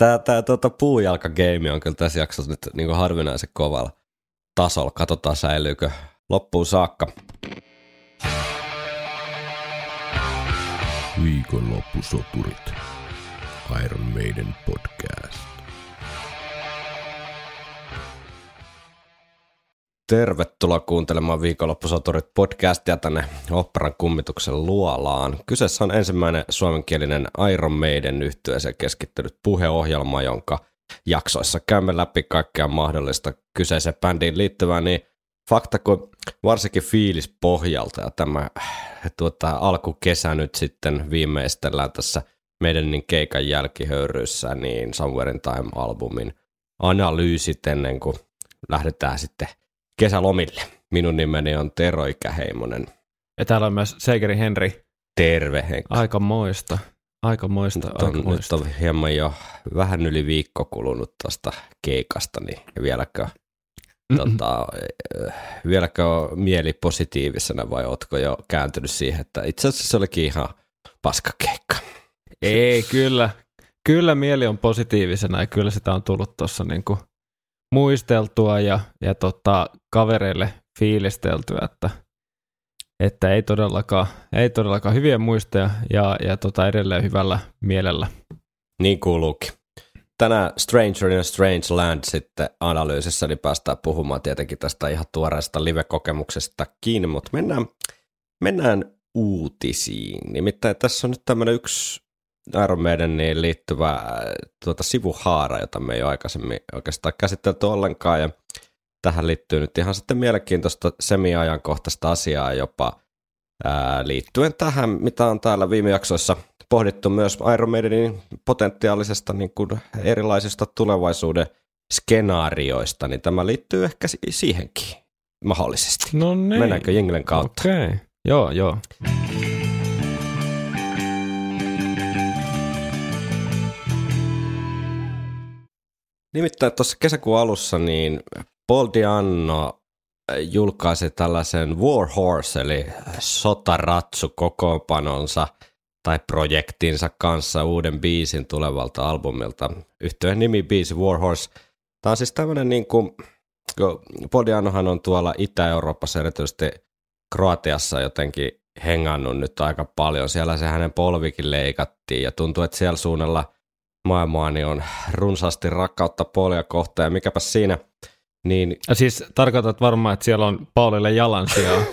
Tää puujalkageimi on kyllä tässä jaksossa nyt niin harvinaisen kovalla tasolla. Katsotaan säilyykö loppuun saakka. Viikonloppusoturit. Iron Maiden podcast. Tervetuloa kuuntelemaan Viikonloppusoturit podcastia tänne Oopperan kummituksen luolaan. Kyseessä on ensimmäinen suomenkielinen Iron Maiden -yhtyeeseen keskittynyt puheohjelma, jonka jaksoissa käymme läpi kaikkea mahdollista kyseiseen bändiin liittyvää, niin fakta kuin varsinkin fiilispohjalta ja tämä alkukesä nyt sitten viimeistellään tässä meidän keikan jälkihöyryissä, niin Somewhere in Time-albumin analyysit ennen kuin lähdetään sitten kesälomille. Minun nimeni on Tero Ikäheimonen. Ja täällä on myös Seikeri Henri. Terve, Henkka. Aikamoista. Nyt on hieman jo vähän yli viikko kulunut tuosta keikasta, niin vieläkö on mieli positiivisena vai ootko jo kääntynyt siihen, että itse asiassa se olikin ihan paskakeikka? Ei, kyllä mieli on positiivisena ja kyllä sitä on tullut tuossa niinku muisteltua ja kavereille fiilisteltyä, että ei todellakaan hyviä muistoja ja edelleen hyvällä mielellä. Niin kuuluukin. Tänään Stranger in a Strange Land sitten analyysissä niin päästään puhumaan tietenkin tästä ihan tuoreesta live-kokemuksestakin, mutta mennään uutisiin. Nimittäin tässä on nyt tämmöinen yksi Iron Maideniin liittyvä sivuhaara, jota me ei ole aikaisemmin oikeastaan käsitelty ollenkaan, ja tähän liittyy nyt ihan sitten mielenkiintoista semi-ajankohtaista asiaa jopa liittyen tähän, mitä on täällä viime jaksoissa pohdittu myös Iron Maidenin potentiaalisesta niin kuin erilaisista tulevaisuuden skenaarioista, niin tämä liittyy ehkä siihenkin mahdollisesti. No niin. Mennäänkö jinglen kautta? Okei. Okay. Joo. Nimittäin tuossa kesäkuun alussa niin Paul Di'Anno julkaisi tällaisen War Horse eli sotaratsu-kokoonpanonsa tai projektinsa kanssa uuden biisin tulevalta albumilta. Yhtyeen nimi biisi War Horse. Tämä on siis tämmöinen niin kuin, Paul Di'Annohan on tuolla Itä-Euroopassa, erityisesti Kroatiassa jotenkin hengannut nyt aika paljon. Siellä se hänen polvikin leikattiin ja tuntuu, että siellä suunnalla maailmaa niin on runsaasti rakkautta Paulia kohtaan ja mikäpä siinä. Niin... Ja siis tarkoitat varmaan, että siellä on Paulille jalansijaa.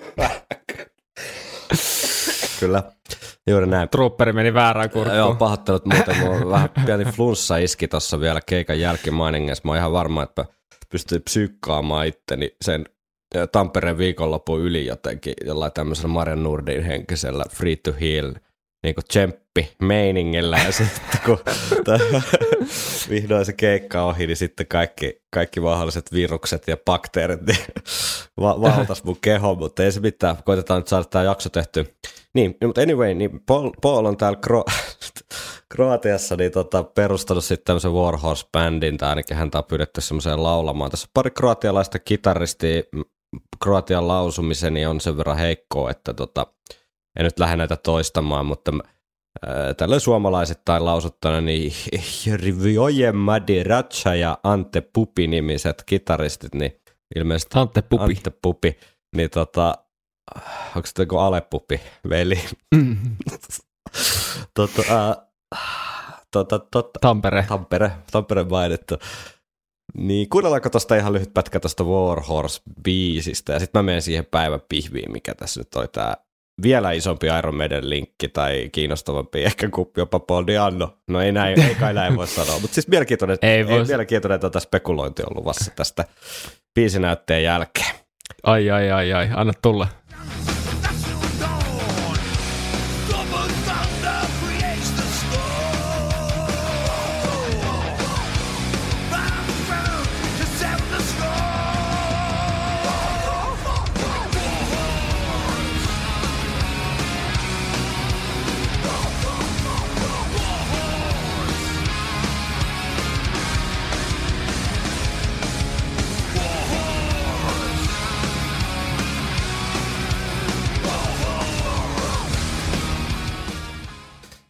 Kyllä, juuri näin. Trupperi meni väärään kurkkuun. Joo, pahoittelut muuten. Mulla vähän pieni flunssa iski tuossa vielä keikan jälkimainingeissa. Mä oon ihan varma, että pystyin psyykkaamaan itteni sen Tampereen viikonlopun yli jotenkin jollain tämmöisellä Marian Nordin henkisellä Free to Heal niin kuin tsemppi meiningillä, ja sitten kun vihdoin se keikka ohi, niin sitten kaikki mahdolliset virukset ja bakteerit niin valtas mun kehon, mutta ei se mitään, koitetaan nyt saada tämä jakso tehty. Niin, mutta anyway, niin Paul on täällä Kroatiassa niin perustanut sitten tämmöisen War Horse-bändin, tai ainakin häntä on pyydetty semmoiseen laulamaan. Tässä on pari kroatialaista kitaristia, kroatian lausumiseni on sen verran heikkoa, että en nyt lähde näitä toistamaan, mutta tällöin suomalaisittain lausuttuna, niin Hrvoje Madiracha ja Ante Pupi-nimiset kitaristit, niin ilmeisesti Ante Pupi, niin onko se joku Alepupi, veli? Tampere mainittu. Niin kuunnellaanko tuosta ihan lyhyt pätkä tuosta War Horse-biisistä, ja sitten mä menen siihen päivän pihviin, mikä tässä nyt oli tämä vielä isompi Iron Maiden linkki tai kiinnostavampi ehkä kuin jopa Paul Di'Anno. No ei kai näin voi sanoa, mutta siis mielenkiintoinen spekulointi on luvassa tästä biisinäytteen jälkeen. Ai, anna tulla.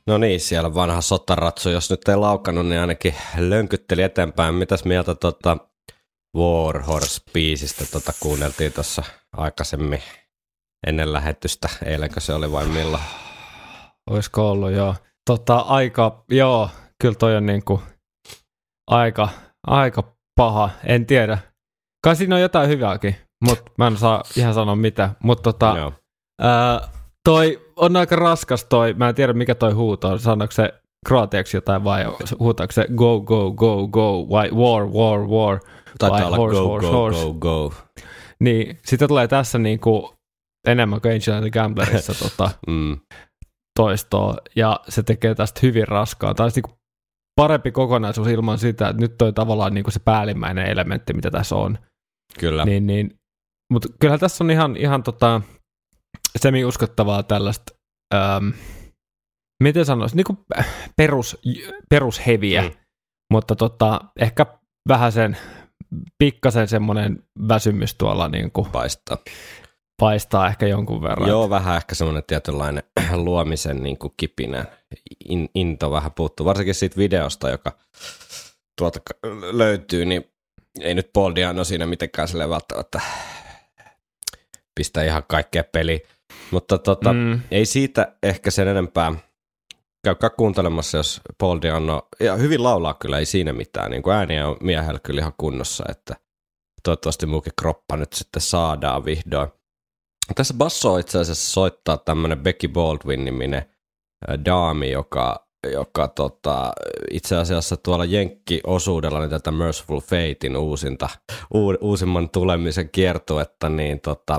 No niin, siellä vanha sotaratsu, jos nyt ei laukannut, niin ainakin lönkytteli eteenpäin. Mitäs mieltä Warhorse-biisistä kuunneltiin tuossa aikaisemmin ennen lähetystä, eilenkö se oli vai milloin? Olisiko ollut, joo. Joo, kyllä toi on niinku aika paha, en tiedä. Kai siinä on jotain hyvääkin, mutta mä en saa ihan sanoa mitä. Mutta toi on aika raskas mä en tiedä mikä toi huuto on, sanoiko se kroatiaksi jotain vai huutaako se go, go, go, go, vai war. Taitaa olla horse, go, horse, go, horse. go. Niin, sitä tulee tässä niinku enemmän kuin Angel and the Gamblerissa toistoa, ja se tekee tästä hyvin raskaa. Tämä olisi niinku parempi kokonaisuus ilman sitä, että nyt toi tavallaan niinku se päällimmäinen elementti, mitä tässä on. Kyllä. Niin. Mutta kyllähän tässä on ihan semi-uskottavaa tällaista, miten sanoisi, niinku perusheviä, mutta ehkä vähän pikkasen semmoinen väsymys tuolla niinku paistaa ehkä jonkun verran. Joo, vähän ehkä semmoinen tietynlainen luomisen niinku kipinä, into vähän puuttuu, varsinkin siitä videosta, joka tuolta löytyy, niin ei nyt Paul Diano siinä mitenkään silleen välttämättä pistää ihan kaikkea peliä, mutta ei siitä ehkä sen enempää. Käykää kuuntelemassa, jos Paul Diano, ja hyvin laulaa kyllä, ei siinä mitään, niin kuin ääniä on miehellä kyllä ihan kunnossa, että toivottavasti muukin kroppa nyt sitten saadaan vihdoin. Tässä bassoa itse asiassa soittaa tämmöinen Becky Baldwin-niminen daami, joka itse asiassa tuolla Jenkki-osuudella niin tätä Merciful Fatein uusimman tulemisen kiertuetta, niin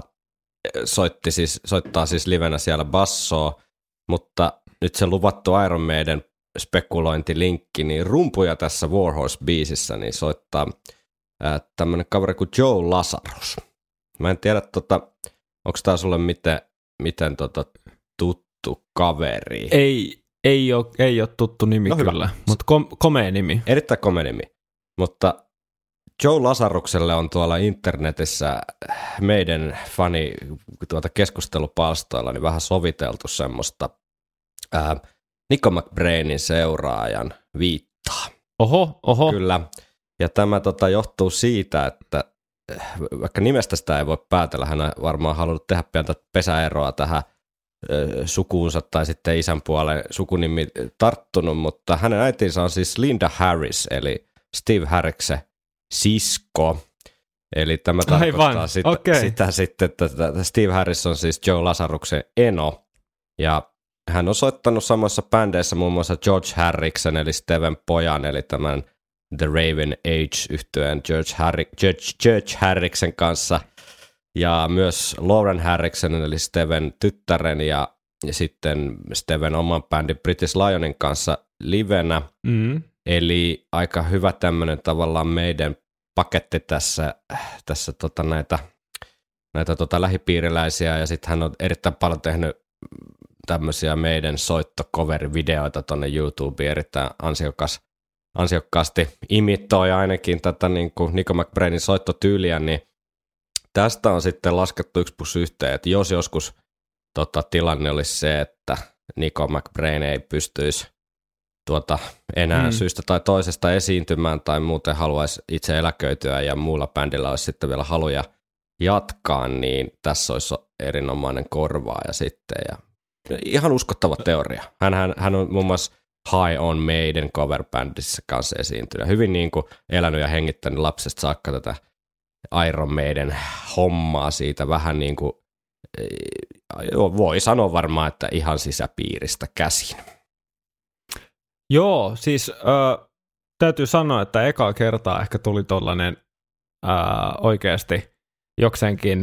soittaa siis livenä siellä bassoa, mutta nyt se luvattu Iron Maiden spekulointilinkki, niin rumpuja tässä Warhorse-biisissä niin soittaa tämmöinen kaveri kuin Joe Lazarus. Mä en tiedä, onko tää sulle miten tuttu kaveri? Ei ole tuttu nimi no kyllä, mutta komea nimi. Erittäin komea nimi, mutta Joe Lazarukselle on tuolla internetissä meidän keskustelupalstoilla niin vähän soviteltu semmoista Nico McBrainin seuraajan viittaa. Oho. Kyllä, ja tämä johtuu siitä, että vaikka nimestä sitä ei voi päätellä, hän on varmaan halunnut tehdä pientä pesäeroa tähän sukuunsa tai sitten isän puolen sukunimi tarttunut, mutta hänen äitinsä on siis Linda Harris, eli Steve Harriksen sisko. Eli tämä tarkoittaa sitä sitten, että Steve Harris on siis Joe Lazaruksen eno, ja hän on soittanut samoissa bändeissä muun muassa George Harriksen, eli Steven pojan, eli tämän The Raven Age-yhtyeen George Harriksen kanssa, ja myös Lauren Harriksen, eli Steven tyttären, ja sitten Steven oman bändin British Lionin kanssa livenä. Eli aika hyvä tämmöinen tavallaan meidän paketti tässä näitä lähipiiriläisiä, ja sitten hän on erittäin paljon tehnyt tämmöisiä meidän soittocover-videoita tuonne YouTubeen, erittäin ansiokkaasti imitoi ainakin tätä niin kuin Nico McBrainin soittotyyliä, niin tästä on sitten laskettu 1+1, että jos joskus tilanne olisi se, että Nico McBrain ei pystyisi enää syystä tai toisesta esiintymään tai muuten haluaisi itse eläköityä ja muulla bändillä olisi sitten vielä haluja jatkaa, niin tässä olisi erinomainen korvaaja sitten. Ja ihan uskottava teoria. Hän on muun muassa High on Maiden cover-bändissä kanssa esiintynyt. Hyvin niin kuin elänyt ja hengittänyt lapsesta saakka tätä Iron Maiden hommaa siitä vähän niin kuin, voi sanoa varmaan, että ihan sisäpiiristä käsin. Joo, siis täytyy sanoa, että ekaa kertaa ehkä tuli tollainen oikeasti jokseenkin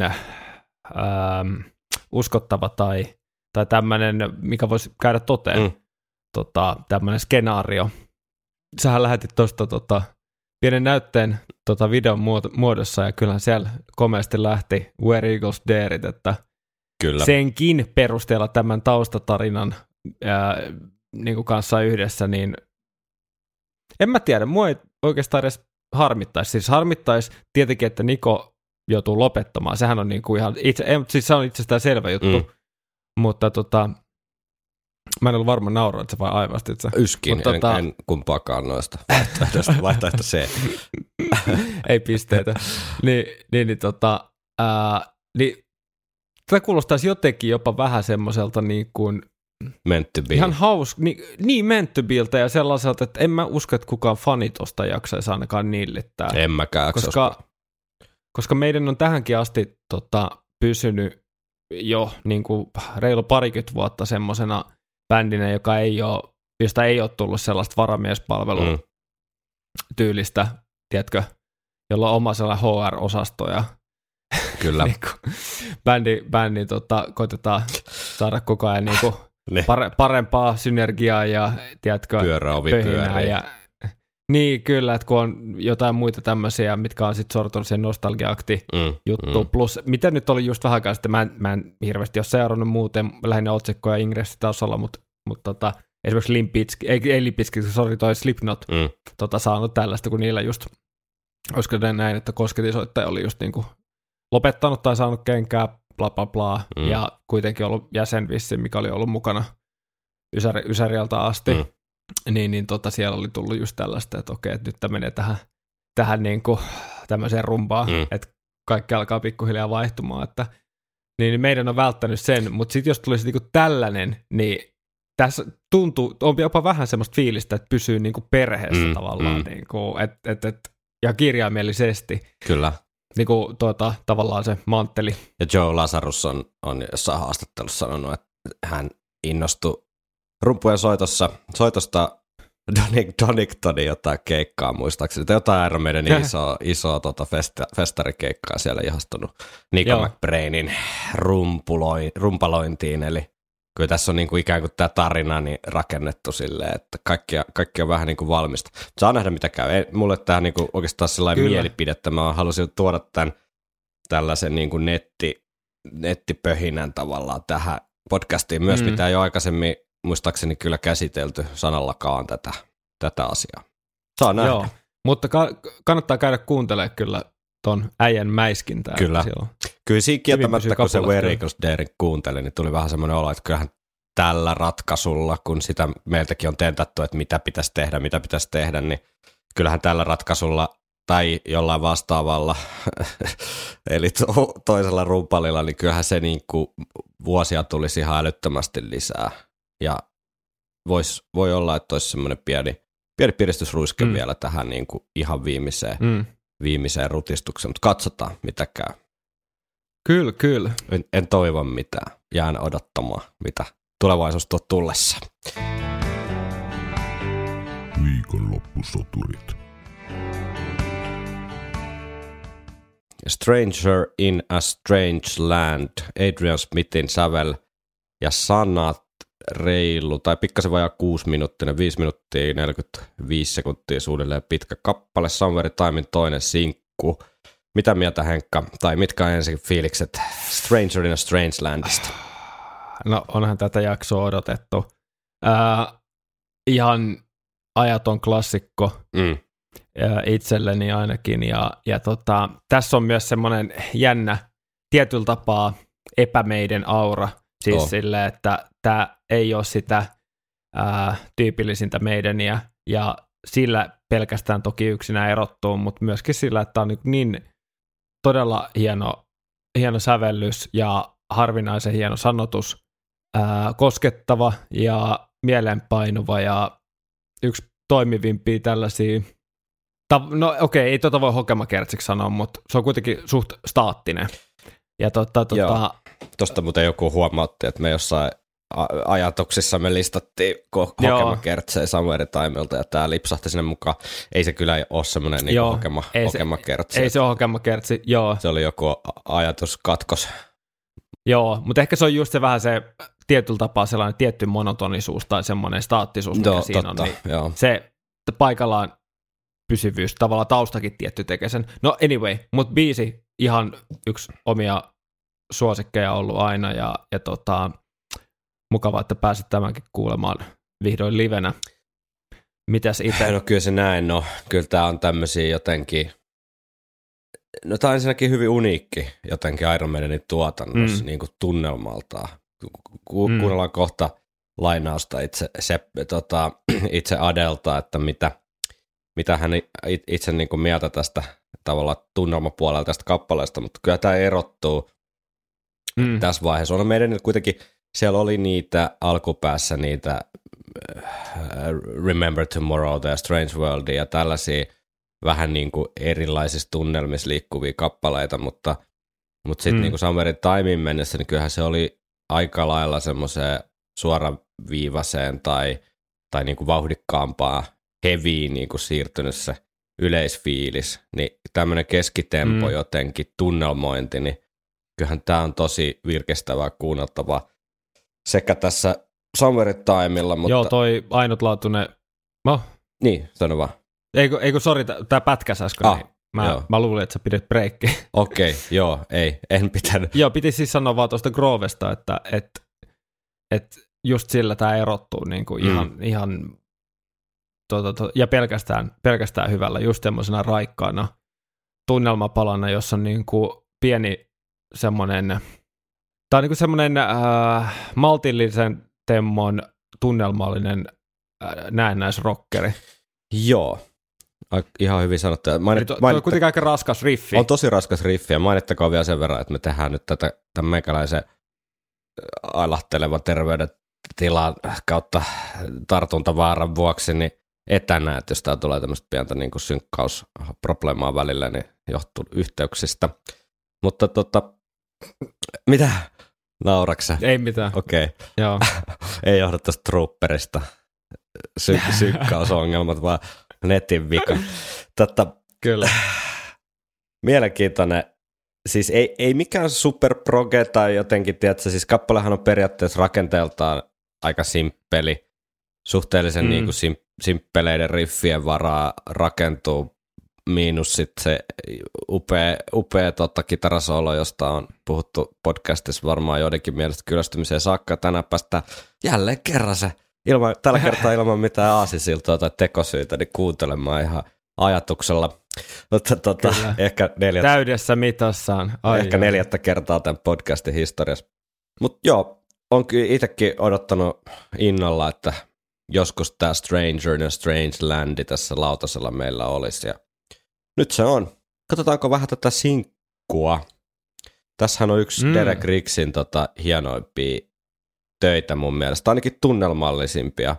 uskottava tai tämmöinen, mikä voisi käydä toteen, tämmöinen skenaario. Sähän lähetit tuosta pienen näytteen videon muodossa, ja kyllähän siellä komeasti lähti Where Eagles Daret, että kyllä. Senkin perusteella tämän taustatarinan niin kuin kanssa yhdessä, niin en mä tiedä, mua ei oikeastaan edes harmittaisi. Siis harmittaisi tietenkin, että Niko joutuu lopettamaan. Sehän on niin kuin ihan, siis se on itsestään selvä juttu, mutta Mä en ollut varma nauroit sä vai aivastit sä. Yskin, en kumpaakaan noista vaihtoehto C. Ei pisteitä. Niin tämä kuulostaisi jotenkin jopa vähän semmoiselta niin kuin meant to be. Ihan hauska, niin meant to beltä ja sellaiselta, että en mä usko, että kukaan fani tosta jaksaisi ainakaan nillittää. En mäkään. Koska meidän on tähänkin asti pysynyt jo niin kuin reilu parikymmentä vuotta semmosena bändinä, josta ei ole tullut sellaista varamiespalvelua tyylistä, tiedätkö, jolla on oma sellainen HR-osasto ja kyllä. bändi koitetaan saada koko ajan niinku parempaa synergiaa ja tiedätkö, pyöräovi. Ja niin kyllä, että kun on jotain muita tämmöisiä, mitkä on sitten sortunut siihen nostalgia-akti juttuun. Plus, mitä nyt oli just vähän aikaa sitten, mä en hirveästi ole seurannut muuten, lähinnä otsikkoja ingressi tasolla, mutta esimerkiksi Limp Bizkit, toi Slipknot saanut tällaista, kun niillä just, olisiko näin, että kosketisoittaja oli just niinku lopettanut tai saanut kenkää, bla bla bla, ja kuitenkin ollut jäsen vissiin, mikä oli ollut mukana Ysärialta asti, niin siellä oli tullut just tällaista, että okei, että nyt tämä menee tähän niin kuin tämmöiseen rumpaan, että kaikki alkaa pikkuhiljaa vaihtumaan, että niin meidän on välttänyt sen, mutta sitten jos tulisi niin kuin tällainen, niin tässä tuntuu, on jopa vähän semmoista fiilistä, että pysyy niin kuin perheessä tavallaan, niin kuin, ja kirjaimellisesti. Kyllä. Niin kuin tavallaan se mantteli. Ja Joe Lazarus on jossain haastattelussa sanonut, että hän innostui rumpujen soitosta Doningtonin jotain keikkaa muistaakseni, tai jotain Iron Maiden isoa festarikeikkaa siellä ihastunut Nico McBrainin rumpalointiin, eli kyllä tässä on niin kuin ikään kuin tämä tarina niin rakennettu silleen, että kaikki on vähän niin kuin valmista. Saa nähdä mitä käy. Mulle tämä niin kuin oikeastaan sellainen mielipidettä. Mä halusin tuoda tällaisen niin kuin nettipöhinän tavallaan tähän podcastiin myös, mitä ei ole aikaisemmin muistaakseni kyllä käsitelty sanallakaan tätä asiaa. Saa nähdä. Joo, mutta kannattaa käydä kuuntelemaan kyllä ton äijän mäiskintää. Kyllä. Kyllä siinä kieltämättä, kun se Where Eagles Dare kuunteli, niin tuli vähän semmoinen olo, että kyllähän tällä ratkaisulla, kun sitä meiltäkin on tentattu, että mitä pitäisi tehdä, niin kyllähän tällä ratkaisulla tai jollain vastaavalla, eli toisella rumpalilla, niin kyllähän se niin kuin vuosia tulisi ihan älyttömästi lisää. Ja voi olla, että olisi semmoinen pieni piristysruiske vielä tähän niin kuin ihan viimeiseen rutistukseen, mutta katsotaan, mitä käy. Kyllä. En toivo mitään. Jään odottamaan, mitä tulevaisuus tuo tullessa. Viikonloppusoturit. Stranger in a Strange Land, Adrian Smithin sävel ja sanat reilu, tai pikkasen vajaa 6 minuuttia, 5 minuuttia, 45 sekuntia suunnilleen pitkä kappale, Somewhere Timein toinen sinkku. Mitä mieltä, Henkka, tai mitkä on ensin fiilikset Stranger in a Strange Landista? No onhan tätä jaksoa odotettu. Ihan ajaton klassikko itselleni ainakin, ja tässä on myös semmoinen jännä tietyllä tapaa epämeiden aura, siis sille, että tämä ei ole sitä tyypillisintä meidäniä, ja sillä pelkästään toki yksinään erottuu, mutta myöskin sillä, että tämä on niin todella hieno sävellys ja harvinaisen hieno sanotus, koskettava ja mieleenpainuva ja yksi toimivimpia tällaisia, no okei, ei voi hokemakertsiksi sanoa, mutta se on kuitenkin suht staattinen. Ja Tuosta muuten joku huomautti, että me jossain ajatuksissa me listattiin hokemakertsejä Somewhere Timelta, ja tämä lipsahti sinne mukaan. Ei se kyllä ole semmoinen niin hokemakertsi. Ei se ole hokemakertsi, joo. Se oli joku ajatuskatkos. Joo, mutta ehkä se on just se vähän se tietyllä tapaa sellainen tietty monotonisuus tai semmoinen staattisuus, mikä siinä on. Niin se paikallaan pysyvyys, tavallaan taustakin tietty tekee sen. No anyway, mutta biisi ihan yksi omia suosikkeja ollut aina, ja mukavaa, että pääsit tämänkin kuulemaan vihdoin livenä. Mitäs itse? No kyllä se näin, kyllä tämä on tämmöisiä jotenkin, no tämä on ensinnäkin hyvin uniikki jotenkin Iron Maidenin tuotannossa niin kuin tunnelmaltaan. Kuunnellaan kohta lainausta itse Adelta, että mitä hän itse niin kuin mieltä tästä tavallaan tunnelmapuolella tästä kappaleesta, mutta kyllä tämä erottuu tässä vaiheessa. On meidän kuitenkin, siellä oli niitä alkupäässä niitä Remember Tomorrow ja Strange World ja tällaisia vähän niin kuin erilaisissa tunnelmissa liikkuvia kappaleita, mutta sitten niin kuin Summer Timeen mennessä, niin kyllähän se oli aika lailla semmoiseen suoraviivaiseen tai niin kuin vauhdikkaampaa heavyin niin kuin siirtynyt se yleisfiilis, niin tämmöinen keskitempo jotenkin, tunnelmointi, niin kyllähän tämä on tosi virkistävää, kuunneltavaa sekä tässä Summer Timella, mutta... Joo, toi ainutlaatuinen... Niin, sano vaan. Eikö sori, tämä pätkäs äsken, niin mä luulin, että sä pidät breikki. Okei, joo, en pitänyt. Joo, piti siis sanoa vaan tuosta Grovesta, että just sillä tämä erottuu niin kuin ihan ja pelkästään hyvällä, just semmoisena raikkaana tunnelmapalana, jossa on niin kuin pieni semmoinen, tämä on niin kuin semmoinen maltillisen temmon tunnelmallinen näennäisrockeri. Joo, ihan hyvin sanottu. Tuo on kuitenkin aika raskas riffi. On tosi raskas riffi, ja mainittakoon vielä sen verran, että me tehdään nyt tämän meikäläisen ailahtelevan terveydentilan kautta tartuntavaaran vuoksi, niin etänä, että jos tää tulee tämmöistä pientä niin kuin synkkausprobleemaa välillä, niin johtuu yhteyksistä. Mutta mitä? Nauraksä? Ei mitään. Okei. Joo. Ei johdu tuosta trooperista synkkausongelmat, vaan netin vika. Kyllä. Mielenkiintoinen. Siis ei mikään superproge tai jotenkin, tiedätkö, siis kappalehan on periaatteessa rakenteeltaan aika simppeli. Suhteellisen niin kuin simppeleiden riffien varaa rakentuu, miinus sitten se upea kitarasoolo, josta on puhuttu podcastissa varmaan joidenkin mielestä kyllästymiseen saakka. Tänään päästään jälleen kerran se, tällä kertaa ilman mitään aasinsiltoa tai tekosyitä, niin kuuntelemaan ihan ajatuksella. Mutta ehkä täydessä mitassaan. Ehkä 4. kertaa tämän podcastin historiassa. Mutta joo, on kyllä itsekin odottanut innolla, että joskus tämä Stranger in a Strange Landi tässä lautasella meillä olisi. Ja nyt se on. Katsotaanko vähän tätä sinkkua. Tässähän on yksi Derek Riggsin hienoimpia töitä mun mielestä, ainakin tunnelmallisimpia.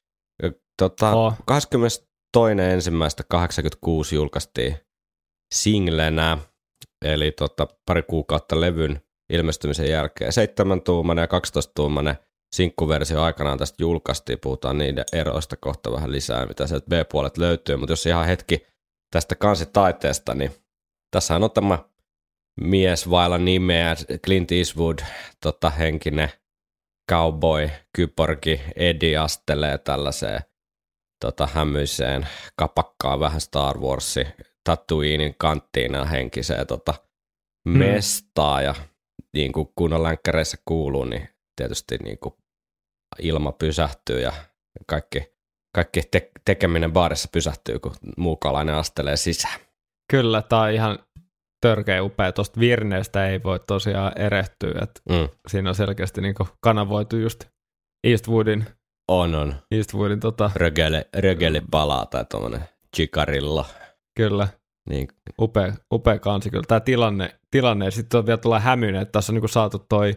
22.1.86 julkaistiin singlenä, eli pari kuukautta levyn ilmestymisen jälkeen. 7-tuumainen ja 12-tuumainen sinkkuversio aikanaan tästä julkaistiin, puhutaan niiden eroista kohta vähän lisää, mitä sieltä B-puolet löytyy, mutta jos ihan hetki tästä kansitaiteesta, niin tässähän on tämä mies vailla nimeä, Clint Eastwood, henkinen cowboy, kyborgi, Eddie astelee tällaiseen hämyiseen kapakkaan vähän Star Warsi, Tatooinen kanttiina henkiseen mestaa, ja niin kuin kunnon länkkäreissä kuuluu, niin tietysti niin kuin ilma pysähtyy ja kaikki tekeminen baarissa pysähtyy, kun muukalainen astelee sisään. Kyllä, tämä on ihan törkeä upea. Tuosta virneestä ei voi tosiaan erehtyä, että siinä on selkeästi niin kuin kanavoitu just Eastwoodin. On. Eastwoodin rögele palaa tai tuommoinen chikarillo. Kyllä. Niin. Upea kansi kyllä. Tämä tilanne ja sitten vielä tulee hämyinen, että tässä on niinku saatu toi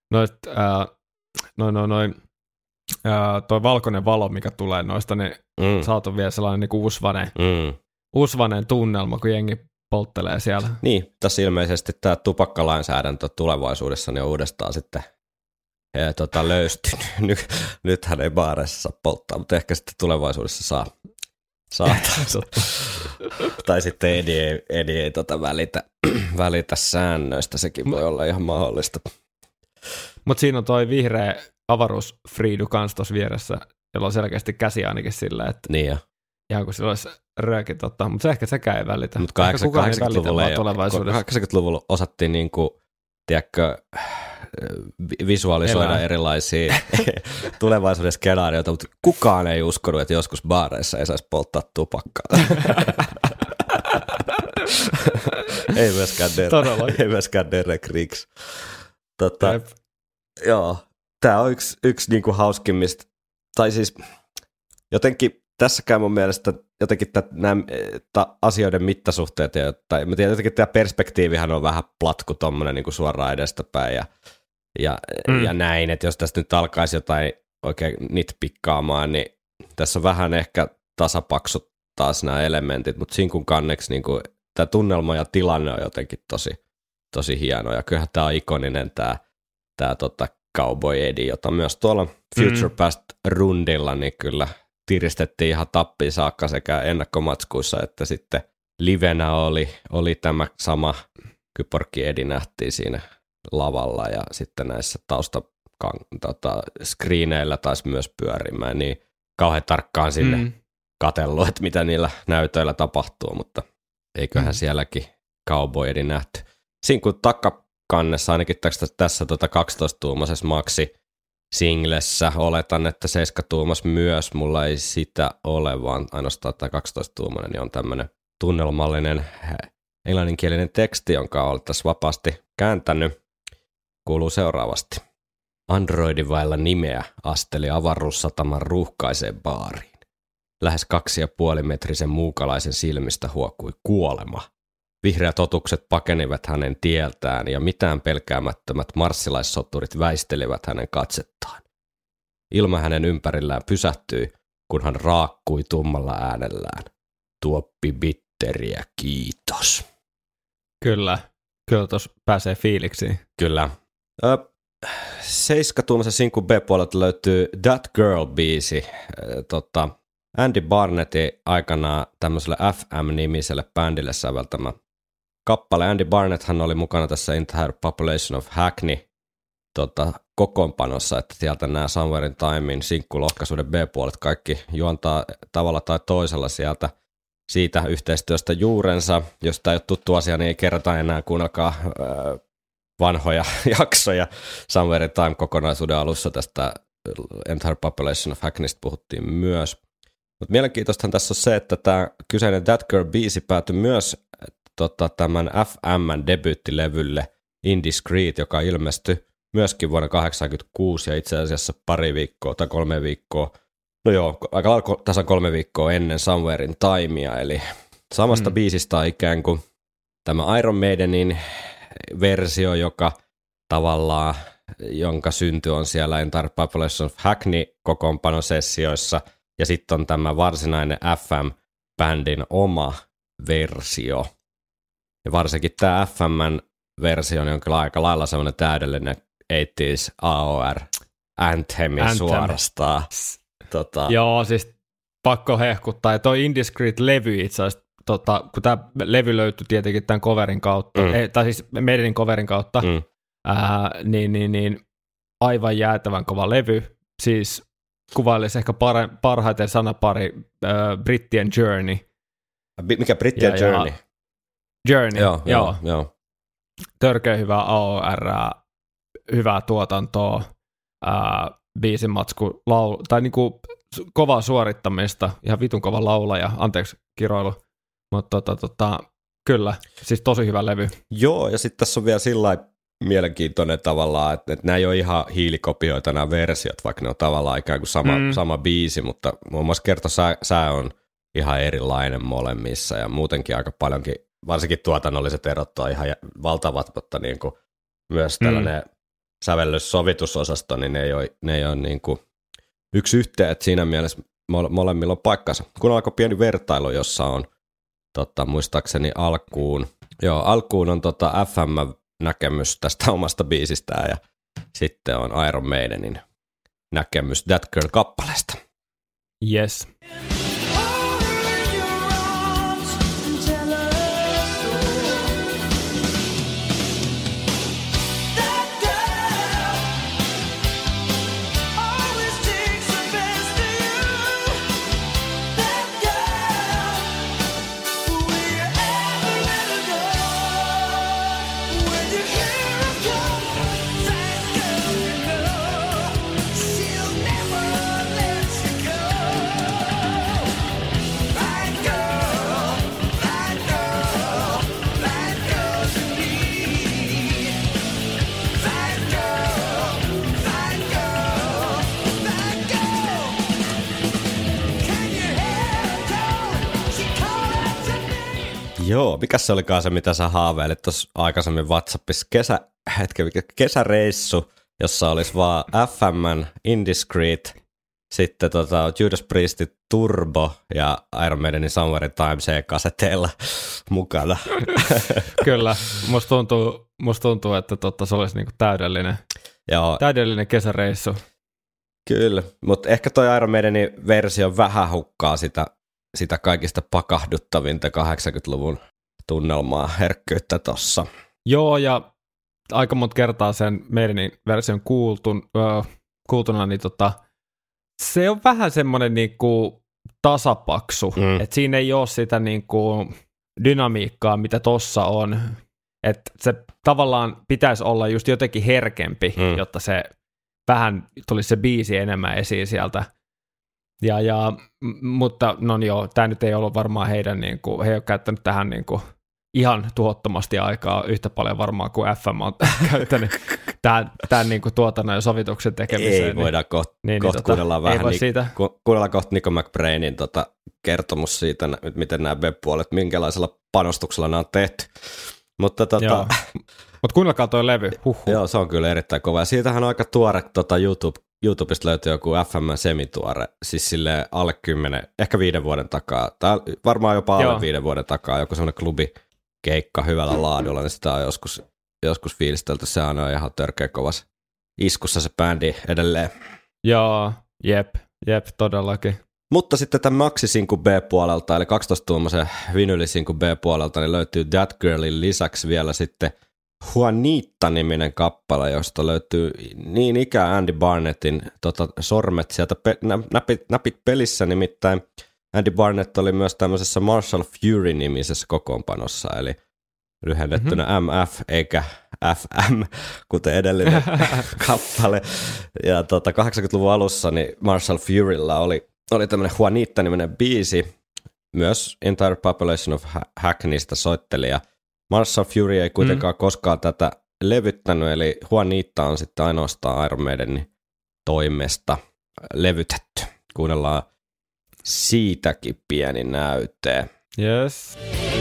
valkoinen valo, mikä tulee noista, niin saatu vielä sellainen niinku usvanen tunnelma, kun jengi polttelee siellä. Niin, tässä ilmeisesti tämä tupakkalainsäädäntö tulevaisuudessa niin on uudestaan sitten löystynyt. Nythän ei baareissa saa polttaa, mutta ehkä sitten tulevaisuudessa saa. Tai sitten Edi ei välitä säännöistä, sekin voi olla ihan mahdollista. Mutta siinä on toi vihreä avaruusfriidu kans tuossa vieressä, jolla on selkeästi käsi ainakin sillä, että niin jo. Ihan kuin sillä olisi rööki, mutta ehkä sekään ei välitä. Mutta 80-luvulla osattiin niinku, tiedätkö, visualisoida erilaisia tulevaisuuden skenaarioita, mutta kukaan ei uskonut, että joskus baareissa ei saisi polttaa tupakkaa. ei myöskään Derek Riggs. Joo. tämä on yksi niinku hauskimmista, tai siis jotenkin tässäkään mun mielestä jotenkin nämä asioiden mittasuhteet, tai mä tiedän, jotenkin tämä perspektiivihän on vähän platku tommonen niinku suoraan edestäpäin ja näin, että jos tästä nyt alkaisi jotain oikein nitpikkaamaan, niin tässä on vähän ehkä tasapaksuttaa nämä elementit, mutta sinkun kanneksi niinku, tämä tunnelma ja tilanne on jotenkin tosi hieno, ja kyllähän tämä on ikoninen tämä Cowboy Eddie, jota myös tuolla Future Past rundilla niin kyllä tiristettiin ihan tappiin saakka sekä ennakkomatskuissa, että sitten livenä oli tämä sama Kyborgi Eddie nähtiin siinä lavalla, ja sitten näissä screeneillä taisi myös pyörimään, niin kauhean tarkkaan sinne katsellut, että mitä niillä näytöillä tapahtuu, mutta eiköhän sielläkin Cowboy Eddie nähty. Siinä kun takakannessa, ainakin tässä 12-tuumaisessa maxi-singlessä, oletan, että 7-tuumas myös, mulla ei sitä ole, vaan ainoastaan tämä 12-tuumainen, niin on tämmöinen tunnelmallinen englanninkielinen teksti, jonka olen tässä vapaasti kääntänyt, kuuluu seuraavasti. Androidi vailla nimeä asteli avaruussataman ruuhkaiseen baariin. Lähes 2,5-metrisen muukalaisen silmistä huokui kuolema. Vihreät otukset pakenivat hänen tieltään ja mitään pelkäämättömät marssilaissoturit väistelivät hänen katsettaan. Ilma hänen ympärillään pysähtyi, kun hän raakkui tummalla äänellään. Tuoppi bitteriä, kiitos. Kyllä tuossa pääsee fiiliksiin. Kyllä. 7-tuumaisen sinkun B-puolelta löytyy That Girl-biisi. Andy Barnettin aikanaan tämmöiselle FM-nimiselle bändille säveltämä kappale. Andy Barnetthan oli mukana tässä Entire Population of Hackney kokoonpanossa, että sieltä nämä Somewhere in Timein sinkkulohkaisuuden B-puolet kaikki juontaa tavalla tai toisella sieltä siitä yhteistyöstä juurensa. Jos tämä ei ole tuttu asia, niin ei kerrota enää, kuunnelkaa vanhoja jaksoja. Somewhere in Time -kokonaisuuden alussa tästä Entire Population of Hackneystä puhuttiin myös. Mutta mielenkiintoistahan tässä on se, että tämä kyseinen That Girl-biisi päätyi myös tämän FM:n debyyttilevylle Indiscreet, joka ilmestyi myöskin vuonna 1986 ja itse asiassa 3 viikkoa, no joo, aika lailla tasan 3 viikkoa ennen Somewhere in Timea, eli samasta biisistä on ikään kuin tämä Iron Maidenin versio, joka tavallaan, jonka synty on siellä Entire Population of Hackney -kokoonpanosessioissa, ja sitten on tämä varsinainen FM-bändin oma versio. Ja varsinkin tämä FM:n versio on jonkin aika lailla semmoinen täydellinen 80s AOR anthemi suorastaan. Joo, siis pakko hehkuttaa. Ja toi Indiscreet-levy itse asiassa, kun tämä levy löytyi tietenkin tämän coverin kautta, tai siis meidän coverin kautta, niin aivan jäätävän kova levy. Siis kuvailisi ehkä parhaiten sanapari Brittien Journey. Mikä Brittien Journey? Journey, joo. Törkeä hyvää AOR, hyvää tuotantoa, biisimatsku, tai niinku kovaa suorittamista, ihan vitun kova laulaja, anteeksi kiroilu, mutta kyllä, siis tosi hyvä levy. Joo, ja sitten tässä on vielä sillä mielenkiintoinen tavallaan, että nämä ei ole ihan hiilikopioita nämä versiot, vaikka ne on tavallaan ikään kuin sama biisi, mutta muun muassa kertosää on ihan erilainen molemmissa ja muutenkin aika paljonkin, varsinkin tuotannolliset erot on ihan valtavat, mutta niin kuin myös tällainen sävellyssovitusosasto, niin ne ei ole niin kuin yksi yhteen, että siinä mielessä molemmilla on paikkansa. Kun alkoi pieni vertailu, jossa on muistaakseni alkuun on FM-näkemys tästä omasta biisistään ja sitten on Iron Maidenin näkemys That Girl-kappaleesta. Yes. Joo, mikä se olikaan se, mitä sä haaveilit tuossa aikaisemmin WhatsAppissa? Kesäreissu, jossa olisi vaan FM:n Indiscreet, sitten Judas Priestin Turbo ja Iron Maidenin Somewhere in Time C-kaseteilla mukana. Kyllä, musta tuntuu että se olisi niinku täydellinen kesäreissu. Kyllä, mutta ehkä toi Iron Maidenin versio vähän hukkaa sitä kaikista pakahduttavinta 80-luvun tunnelmaa, herkkyyttä tossa. Joo, ja aika monta kertaa sen Maidenin version kuultuna, niin se on vähän semmoinen niinku tasapaksu, että siinä ei ole sitä niinku dynamiikkaa, mitä tossa on, että se tavallaan pitäisi olla just jotenkin herkempi, jotta se vähän tulisi se biisi enemmän esiin sieltä. Mutta no joo, tämä nyt ei ollut varmaan heidän, niinku, he ei ole käyttänyt tähän niinku ihan tuhottomasti aikaa yhtä paljon varmaan kuin FM on käyttänyt tämän niinku tuotannon ja sovituksen tekemiseen. Ei voida kohta kuunnellaan vähän, kuunnellaan kohta Nico McBrainin kertomus siitä, miten nämä web-puolet, minkälaisella panostuksella nämä on tehty. Mutta kuunnelkaa toi levy. Joo, se on kyllä erittäin kova. Ja siitähän on aika tuore YouTubesta löytyy joku FM semituore, siis silleen alle 10, ehkä 5 vuoden takaa, tai varmaan jopa alle 5 vuoden takaa, joku semmoinen klubikeikka hyvällä laadulla, niin sitä on joskus fiilistelty, se on ihan törkeä kovas iskussa se bändi edelleen. Joo, jep, todellakin. Mutta sitten tämän Maxi-sinkun B-puolelta, eli 12-tuumaisen vinylisinku B-puolelta, niin löytyy That Girlin lisäksi vielä sitten Juanita-niminen kappale, josta löytyy niin ikään Andy Barnettin sormet sieltä näpit pelissä, nimittäin Andy Barnett oli myös tämmöisessä Marshall Fury-nimisessä kokoonpanossa, eli lyhennettynä MF eikä FM, kuten edellinen kappale. Ja 80-luvun alussa niin Marshall Furylla oli tämmöinen Juanita-niminen biisi, myös Entire Population of Hackneystä soitteli, ja Marshall Fury ei kuitenkaan koskaan tätä levyttänyt, eli Juanita on sitten ainoastaan Iron Maidenin toimesta levytetty. Kuunnellaan siitäkin pieni näyte. Yes.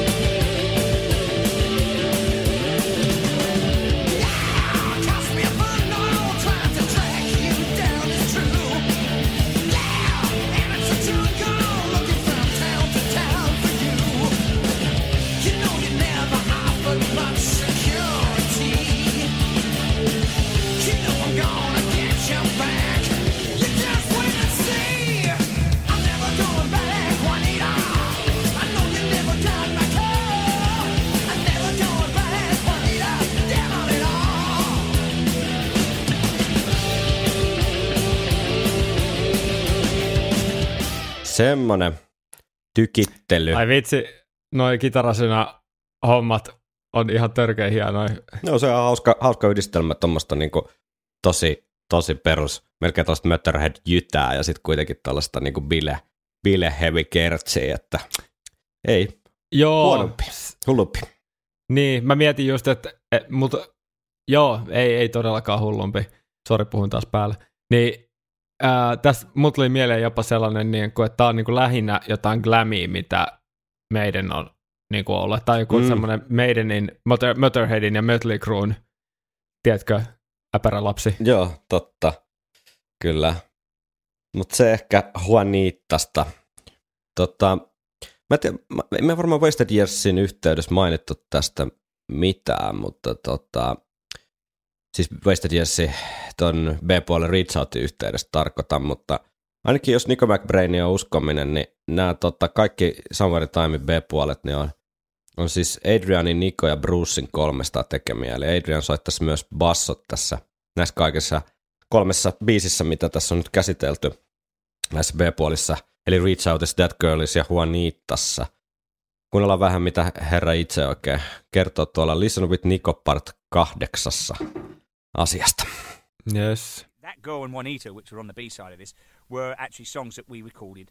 Semmonen tykittely. Ai vitsi, noi kitarasyna hommat on ihan törkeä hienoja. No se on hauska yhdistelmä tuommoista niinku tosi perus, melkein tuollaista Motorhead-jytää ja sitten kuitenkin tällaista niinku bile heavy kertsiä, että ei huonompi, hullumpi. Niin, mä mietin just, mutta joo, ei todellakaan hullumpi. Sori, puhun taas päälle. Niin, tässä mut tuli mieleen jopa sellainen, niin kuin, että tää on niin kuin lähinnä jotain glamia, mitä meidän on niin kuin ollut. Tai joku semmoinen Maidenin, Motorheadin ja Mötley Cruen, tiedätkö, äpärälapsi. Joo, totta, kyllä. Mutta se ehkä Juanitasta. Mä tiedän, me varmaan Wasted Yearsin yhteydessä mainittu tästä mitään, mutta siis Wasted Yearsin ton B-puolen Reach Outin yhteydessä tarkoitan, mutta ainakin jos Nico McBrainin on uskominen, niin nämä kaikki Somewhere in Time B-puolet niin on siis Adrianin, Nico ja Brucein 300 tekemiä, eli Adrian soittaisi myös bassot tässä näissä kaikissa 3 biisissä, mitä tässä on nyt käsitelty näissä B-puolissa, eli Reach Outissa, That Girlissa ja Juanitassa. Kuunnellaan vähän, mitä herra itse oikein kertoo tuolla Listen with Nico part 8 asiasta. Yes. That Girl and Juanita, which were on the B-side of this, were actually songs that we recorded,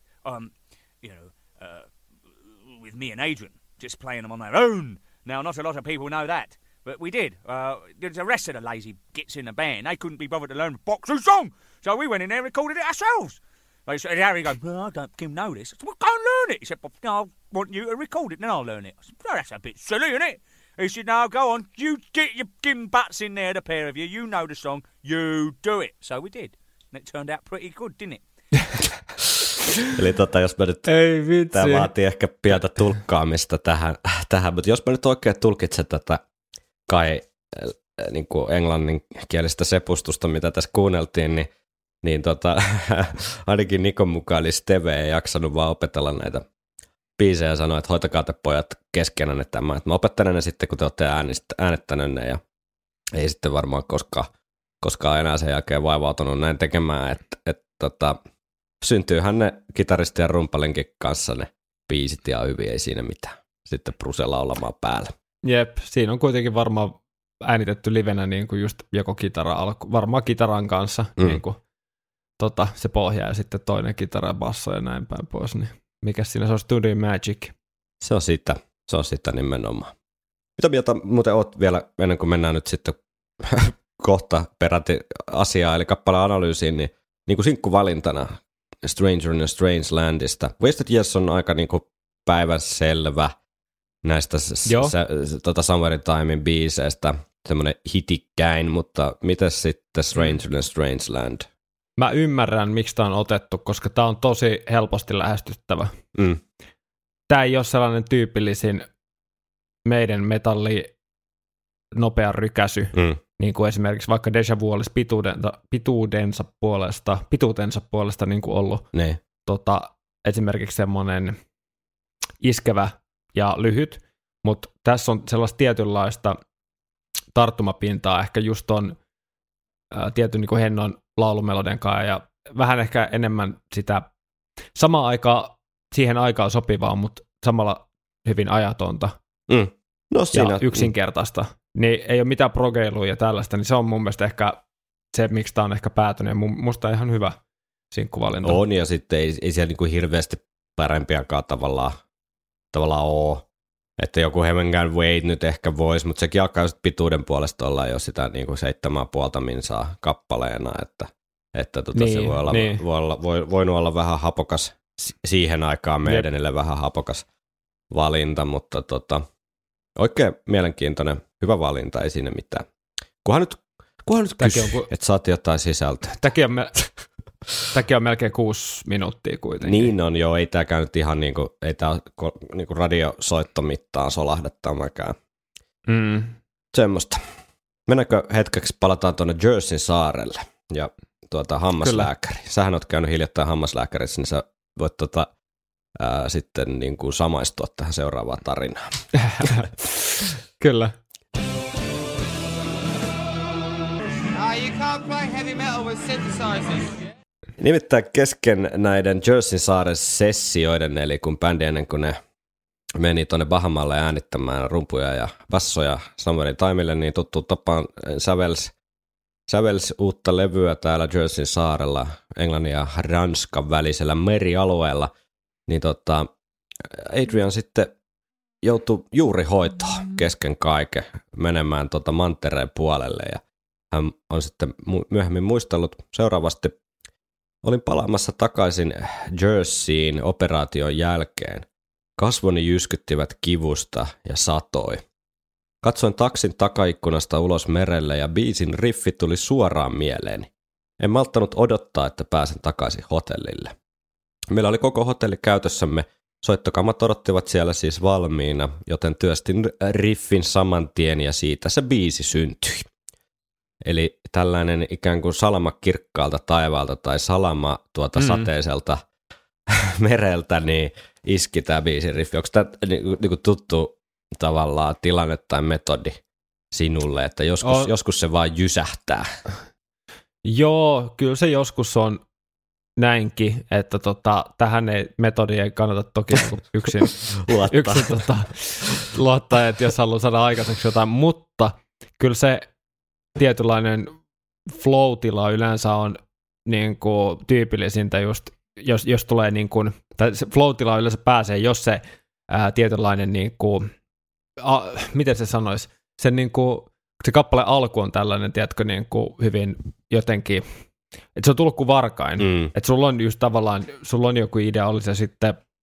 with me and Adrian, just playing them on their own. Now, not a lot of people know that, but we did. The rest of the lazy gits in the band, they couldn't be bothered to learn Boxer's song, so we went in there and recorded it ourselves. Like, so Harry goes, well, I don't know this. I said, well, go and learn it. He said, well, no, I want you to record it, then I'll learn it. I said, no, that's a bit silly, isn't it? He said, no, go on, you get your gimbats in there, the pair of you. You know the song, you do it. So we did. And it turned out pretty good, didn't it? Eli jos mä nyt, Ei vitsi. tämä vaatii ehkä pientä tulkkaamista tähän, mutta jos mä nyt oikein tulkitsen tätä kai niin kuin englanninkielistä sepustusta, mitä tässä kuunneltiin, niin ainakin Nikon mukaan, eli Steve ei jaksanut vaan opetella näitä biisejä ja sanoi, että hoitakaa te pojat keskenään tämä. Mä opettelen ne sitten, kun te olette äänettäneet ne, ja ei sitten varmaan koskaan enää sen jälkeen vaivautunut näin tekemään, että syntyyhän ne kitaristi ja rumpalinkin kanssa ne biisit ja hyvin, ei siinä mitään. Sitten Bruce laulamaan päällä. Jep, siinä on kuitenkin varmaan äänitetty livenä niin kuin just joko varmaan kitaran kanssa niin kuin, se pohja ja sitten toinen kitara ja basso ja näin päin pois. Niin mikäs siinä se on Studio Magic? Se on sitä nimenomaan. Mitä mieltä muuten oot vielä, ennen kuin mennään nyt sitten kohta peräti asiaa, eli kappaleen analyysiin, niin kuin sinkkuvalintana Stranger in a Strange Landista. Wasted Years on aika niin kuin päivänselvä näistä Somewhere in Timein biiseistä, semmoinen hitikkäin, mutta miten sitten Stranger in a Strange Land? Mä ymmärrän, miksi tää on otettu, koska tää on tosi helposti lähestyttävä. Tää ei ole sellainen tyypillisin meidän metalli nopea rykäsy, niin kuin esimerkiksi vaikka Deja Vu olisi pituutensa puolesta niin kuin ollut esimerkiksi semmoinen iskevä ja lyhyt, mutta tässä on sellaista tietynlaista tarttumapintaa ehkä just on tietyn niin kuin Hennon laulumelodian kanssa ja vähän ehkä enemmän sitä samaan aikaan siihen aikaan sopivaa, mutta samalla hyvin ajatonta No, siinä, ja yksinkertaista. Niin ei ole mitään progeilua ja tällaista, niin se on mun mielestä ehkä se, miksi tämä on ehkä päätynyt. Ja musta ihan hyvä sinkkuvalinta. On, ja sitten ei siellä niinku hirveästi parempiakaan tavallaan ole. Että joku Heaven Wait nyt ehkä voisi, mutta sekin alkaa just pituuden puolesta olla jo sitä niinku 7,5 minsaa kappaleena, että niin, se voi voinut olla vähän hapokas siihen aikaan meidänille vähän hapokas valinta, mutta oikein mielenkiintoinen, hyvä valinta, ei siinä mitään. Kunhan nyt kysyy, että saat jotain sisältöä. Tämäkin on melkein 6 minuuttia kuitenkin. Niin on, joo, ei tämä käynyt ihan ei tämä niinku radiosoittomittaan solahda tämäkään. Semmoista. Mennäänkö hetkeksi, palataan tuonne Jerseyn saarelle ja hammaslääkäri. Kyllä. Sähän oot käynyt hiljattain hammaslääkärissä, niin sä voit sitten niin kuin samaistua tähän seuraavaan tarinaan. Kyllä. Nimittäin kesken näiden Jerseyn saaren sessioiden, eli kun bändi ennen kuin ne meni Bahamalle äänittämään rumpuja ja bassoja Somewhere in Timelle, niin tuttu tapaan sävelsi uutta levyä täällä Jerseyn saarella, Englannin ja Ranskan välisellä merialueella, niin Adrian sitten joutui juuri hoitoon kesken kaiken menemään mantereen puolelle, ja hän on sitten myöhemmin muistellut seuraavasti: olin palaamassa takaisin Jerseyin operaation jälkeen. Kasvoni jyskyttivät kivusta ja satoi. Katsoin taksin takaikkunasta ulos merelle ja biisin riffi tuli suoraan mieleeni. En malttanut odottaa, että pääsen takaisin hotellille. Meillä oli koko hotelli käytössämme. Soittokamat odottivat siellä siis valmiina, joten työstin riffin saman tien ja siitä se biisi syntyi. Eli tällainen ikään kuin salama kirkkaalta taivaalta tai salama sateiselta mereltä, niin iski tämä biisin riffi. Onko tämä niinku tuttu tavallaan tilanne tai metodi sinulle, että joskus se vaan jysähtää? Joo, kyllä se joskus on näinkin, että tähän metodiin ei kannata toki yksin luottaa, että jos haluaa saada aikaiseksi jotain, mutta kyllä se tietynlainen flow-tila yleensä on niin kuin tyypillisintä just, jos tulee niin kuin, tai se flow-tila yleensä pääsee, jos se tietynlainen niin kuin, miten se sanoisi, se kappale alku on tällainen, tiedätkö, niin kuin hyvin jotenkin, että se on tullut kuin varkain, että sulla on just tavallaan, sulla on joku idea, oli se sitten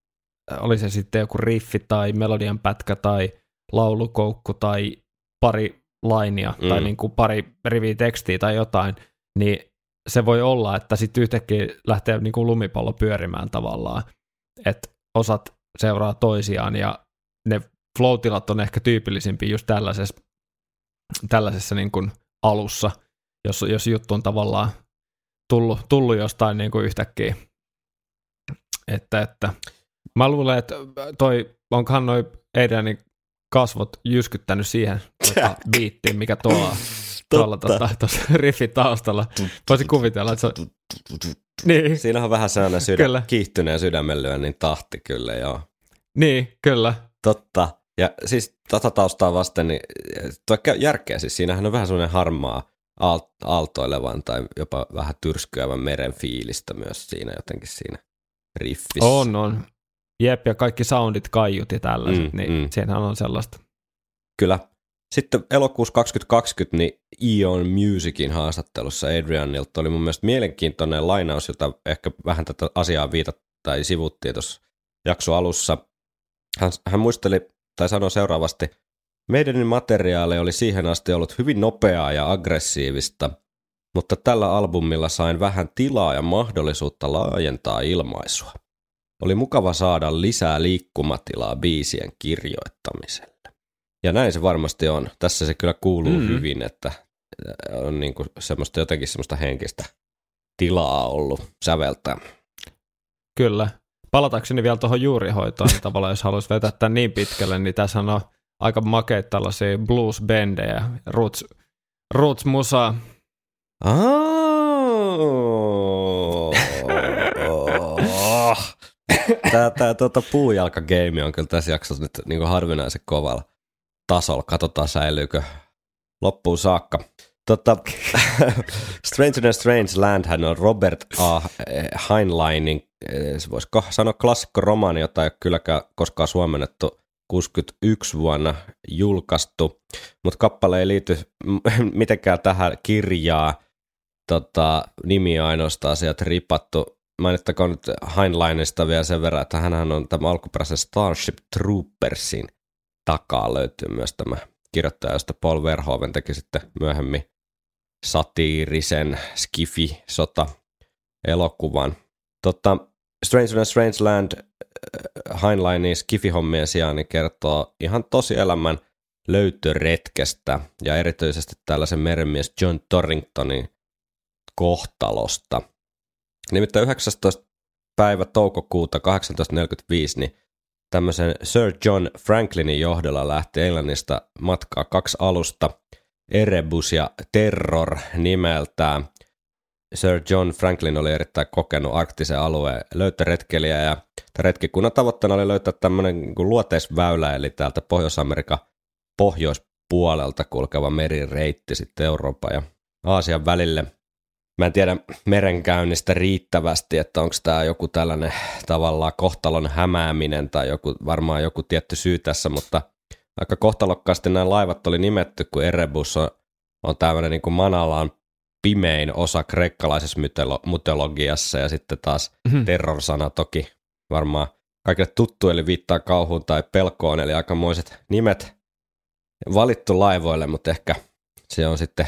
oli se sitten joku riffi tai melodian pätkä tai laulukoukku tai pari lainia tai niin kuin pari riviä tekstiä tai jotain, niin se voi olla, että sitten yhtäkkiä lähtee niin kuin lumipallo pyörimään tavallaan, että osat seuraa toisiaan ja ne flow-tilat on ehkä tyypillisimpiä just tällaisessa niin kuin alussa, jos juttu on tavallaan tullut jostain niin kuin yhtäkkiä. Että mä luulen, että onkohan noi Adrianin kasvot jyskyttänyt siihen biittiin, mikä tuolla tuossa riffin taustalla. Voisin kuvitella, että se on... Niin. Siinä on vähän sellainen kiihtyneen sydämenlyönnin tahti kyllä, joo. Niin, kyllä. Totta. Ja siis taustaa vasten, niin tuo järkeä, siis siinähän on vähän sellainen harmaa aaltoilevan tai jopa vähän tyrskyävän meren fiilistä myös siinä jotenkin siinä riffissä. On. Jep, ja kaikki soundit, kaiut ja tällaiset, niin siinähän on sellaista. Kyllä. Sitten elokuussa 2020 niin Eon Musicin haastattelussa Adrianilta oli mun mielestä mielenkiintoinen lainaus, jota ehkä vähän tätä asiaa tai sivuttiin tuossa jakson alussa. Hän muisteli tai sanoi seuraavasti, meidän materiaali oli siihen asti ollut hyvin nopeaa ja aggressiivista, mutta tällä albumilla sain vähän tilaa ja mahdollisuutta laajentaa ilmaisua. Oli mukava saada lisää liikkumatilaa biisien kirjoittamiselle. Ja näin se varmasti on. Tässä se kyllä kuuluu hyvin, että on niinku jotenkin semmoista henkistä tilaa ollut säveltää. Kyllä. Palatakseni vielä tuohon juurihoitoon, niin tavallaan jos haluaisi vetää tämän niin pitkälle, niin tässä on aika makeita tällaisia blues-bändejä, roots-musaa. Tämä puujalka-game on kyllä tässä jaksossa nyt niin harvinaisen kovalla tasolla. Katsotaan säilyykö loppuun saakka. Stranger Than Strange Land on Robert A. Heinleinin, voisiko sanoa klassikko-romaani, jota ei ole kylläkään koskaan suomennettu, 61 vuonna julkaistu, mutta kappale ei liity mitenkään tähän kirjaan. Nimi ainoastaan sieltä ripattu. Mainittakoon nyt Heinleinista vielä sen verran, että hänhän on tämä alkuperäisen Starship Troopersin takaa löytyy myös tämä kirjoittaja, josta Paul Verhoeven teki sitten myöhemmin satiirisen Skifi-sota-elokuvan. Stranger Than Strange Land Heinleinin Skifi-hommien sijaan niin kertoo ihan tosielämän löytöretkestä ja erityisesti tällaisen merenmies John Torringtonin kohtalosta. Nimittäin 19. päivä toukokuuta 1845 niin tämmöisen Sir John Franklinin johdolla lähti Englannista matkaa 2 alusta, Erebus ja Terror nimeltään. Sir John Franklin oli erittäin kokenut arktisen alueen löytöretkelijä ja retkikunnan tavoitteena oli löytää tämmöinen niin kuin luoteisväylä, eli täältä Pohjois-Amerikan pohjoispuolelta kulkeva merireitti sitten Euroopan ja Aasian välille. Mä en tiedä merenkäynnistä riittävästi, että onko tämä joku tällainen tavallaan kohtalon hämääminen tai varmaan joku tietty syy tässä, mutta aika kohtalokkaasti nämä laivat oli nimetty, kun Erebus on tämmöinen niin kuin manalaan pimein osa kreikkalaisessa mytologiassa ja sitten taas terror-sana toki varmaan kaikille tuttu, eli viittaa kauhuun tai pelkoon, eli aikamoiset nimet valittu laivoille, mutta ehkä se on sitten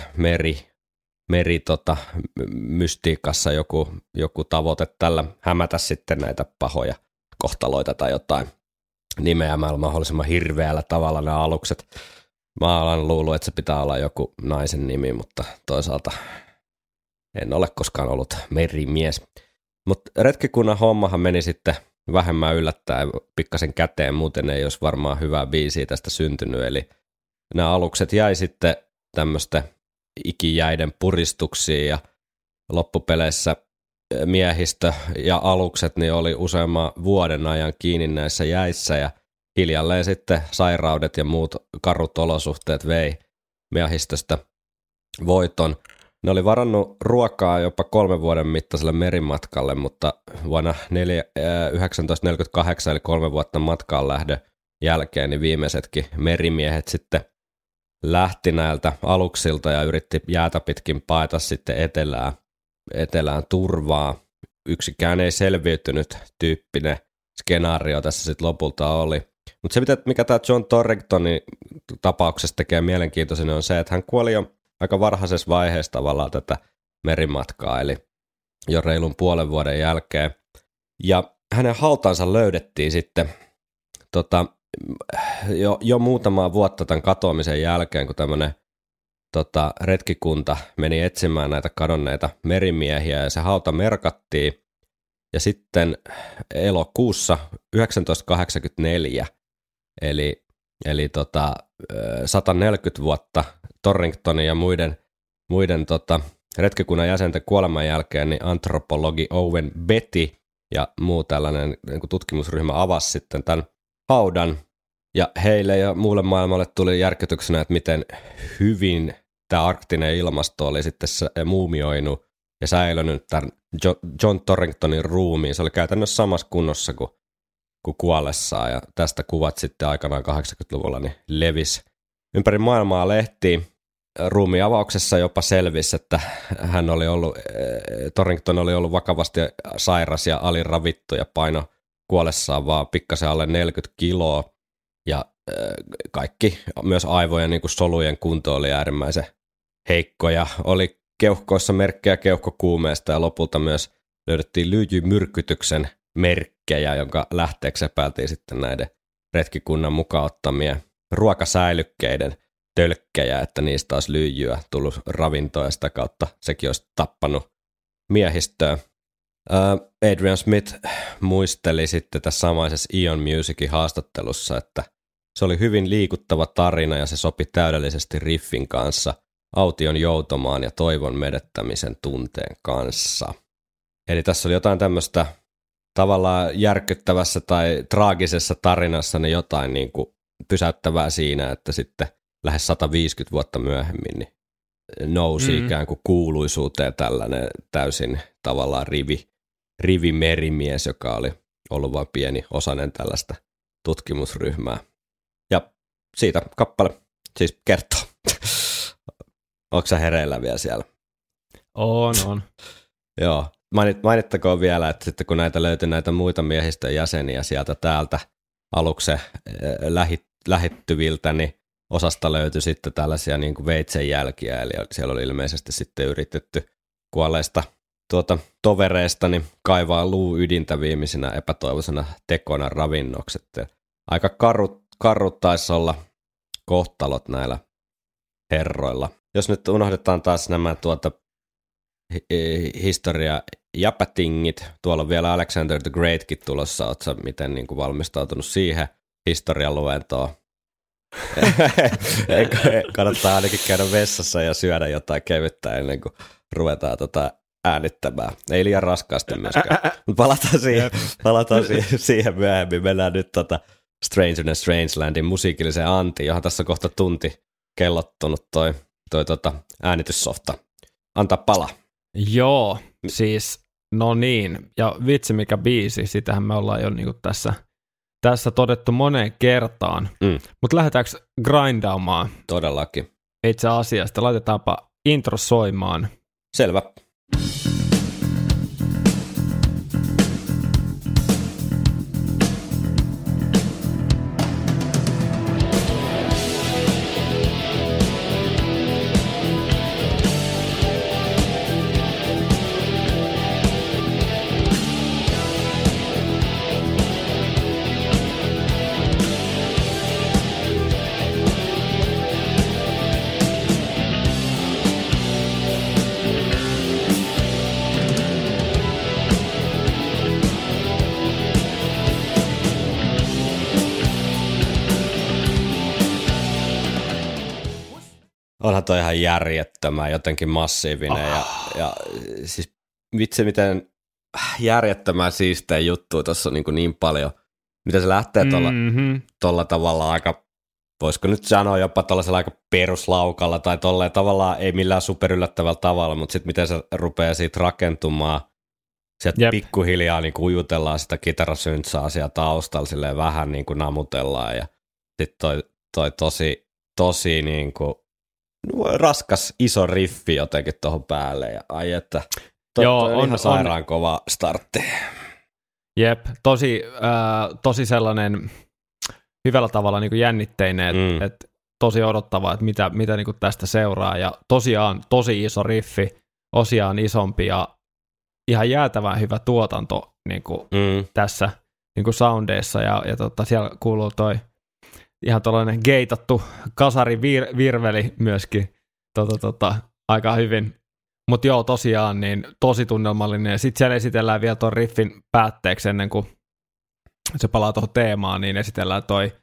mystiikassa joku tavoite tällä hämätä sitten näitä pahoja kohtaloita tai jotain nimeämällä mahdollisimman hirveällä tavalla nämä alukset. Mä olen luullut, että se pitää olla joku naisen nimi, mutta toisaalta en ole koskaan ollut merimies. Mutta retkikunnan hommahan meni sitten vähemmän yllättäen pikkasen käteen, muuten ei olisi varmaan hyvää biisiä tästä syntynyt. Eli nämä alukset jäi sitten tämmöistä ikijäiden puristuksiin ja loppupeleissä miehistö ja alukset niin oli useamman vuoden ajan kiinni näissä jäissä ja hiljalleen sitten sairaudet ja muut karut olosuhteet vei miehistöstä voiton. Ne oli varannut ruokaa jopa 3 vuoden mittaiselle merimatkalle, mutta vuonna 1948 eli 3 vuotta matkaan lähdön jälkeen niin viimeisetkin merimiehet sitten lähti näiltä aluksilta ja yritti jäätä pitkin paeta sitten etelään turvaa. Yksikään ei selviytynyt tyyppinen skenaario tässä sitten lopulta oli. Mutta se, mikä tämä John Torringtonin tapauksessa tekee mielenkiintoisen, on se, että hän kuoli jo aika varhaisessa vaiheessa tavallaan tätä merimatkaa, eli jo reilun puolen vuoden jälkeen. Ja hänen hautansa löydettiin sitten jo muutamaa vuotta tämän katoamisen jälkeen, kun tämmöinen retkikunta meni etsimään näitä kadonneita merimiehiä, ja se hauta merkattiin. Ja sitten elokuussa 1984, eli 140 vuotta Torringtonin ja muiden retkikunnan jäsenten kuoleman jälkeen, niin antropologi Owen Betty ja muu tällainen niin kuin tutkimusryhmä avasi sitten tämän haudan. Ja heille ja muulle maailmalle tuli järkytyksenä, että miten hyvin tämä arktinen ilmasto oli sitten muumioinut ja säilynyt tämän John Torringtonin ruumiin. Se oli käytännössä samassa kunnossa kuin kuollessaan, ja tästä kuvat sitten aikanaan 80-luvulla niin levisi ympäri maailmaa lehtiin. Ruumiin avauksessa jopa selvisi, että Torrington oli ollut vakavasti sairas ja aliravittu ja paino kuollessaan vaan pikkasen alle 40 kiloa. Ja kaikki, myös aivojen niin kuin solujen kunto oli äärimmäisen heikko, ja oli keuhkoissa merkkejä keuhkokuumeesta, ja lopulta myös löydettiin lyijymyrkytyksen merkkejä, jonka lähteeksi epäiltiin sitten näiden retkikunnan mukaan ottamia ruokasäilykkeiden tölkkejä, että niistä olisi lyijyä tullut ravintoa, ja sitä kautta sekin olisi tappanut miehistöä. Adrian Smith muisteli sitten tässä samaisessa Ion Musicin haastattelussa, että se oli hyvin liikuttava tarina ja se sopi täydellisesti riffin kanssa, aution joutomaan ja toivon menettämisen tunteen kanssa. Eli tässä oli jotain tämmöistä tavallaan järkyttävässä tai traagisessa tarinassa niin jotain niin kuin pysäyttävää siinä, että sitten lähes 150 vuotta myöhemmin niin nousi ikään kuin kuuluisuuteen tällainen täysin tavallaan rivimerimies, joka oli ollut vain pieni osanen tällaista tutkimusryhmää. Ja siitä kappale siis kertoo. Onko sä hereillä vielä siellä? On. Joo. Mainittakoon vielä, että sitten kun näitä löytyi näitä muita miehistön jäseniä sieltä täältä aluksi lähettyviltä, niin osasta löytyi sitten tällaisia niin kuin veitsenjälkiä, eli siellä oli ilmeisesti sitten yritetty kuolleista tovereista niin kaivaa luuydintä viimeisenä epätoivoisena tekona ravinnoksi. Aika karut taisi olla kohtalot näillä herroilla. Jos nyt unohdetaan taas nämä historia jäpätingit, tuolla on vielä Alexander the Greatkin tulossa, ootko sä miten niin kuin valmistautunut siihen historian luentoon? Kannattaa ainakin käydä vessassa ja syödä jotain kevyttä ennen kuin ruvetaan äänittämään. Ei liian raskaasti myöskään. Palataan siihen myöhemmin. Mennään nyt Stranger in Strangelandin musiikilliseen antiin, johon tässä kohta tunti kellottunut toi äänityssofta. Antaa pala. Joo, siis no niin. Ja vitsi mikä biisi, sitähän me ollaan jo niinku tässä todettu moneen kertaan. Mutta lähdetäänkö grindaamaan? Todellakin. Itse asiasta laitetaanpa intro soimaan. Selvä. Onhan toi ihan järjettömän, jotenkin massiivinen ja siis vitsi miten järjettömän siistejä juttuja tuossa on niin paljon, mitä se lähtee tuolla tavalla aika, voisiko nyt sanoa jopa tuollaisella aika peruslaukalla tai tolleen tavallaan ei millään superyllättävällä tavalla, mutta sitten miten se rupeaa siitä rakentumaan, sieltä pikkuhiljaa niin kuin ujutellaan sitä kitarasyntsää siellä taustalla silleen vähän niin kuin namutellaan ja sitten toi tosi niin kuin raskas iso riffi jotenkin tuohon päälle ja ai että on ihan sairaan kova startti. Jep, tosi sellainen hyvällä tavalla niin kuin jännitteinen, että tosi odottava, että mitä niin kuin tästä seuraa. Ja tosiaan tosi iso riffi, osiaan isompi ja ihan jäätävän hyvä tuotanto niin kuin tässä niin kuin soundeissa. Ja siellä kuuluu toi ihan tuollainen geitattu kasarivirveli myöskin aika hyvin. Mutta joo, tosiaan niin tosi tunnelmallinen. Sitten siellä esitellään vielä tuon riffin päätteeksi ennen kuin se palaa tuohon teemaan, niin esitellään toi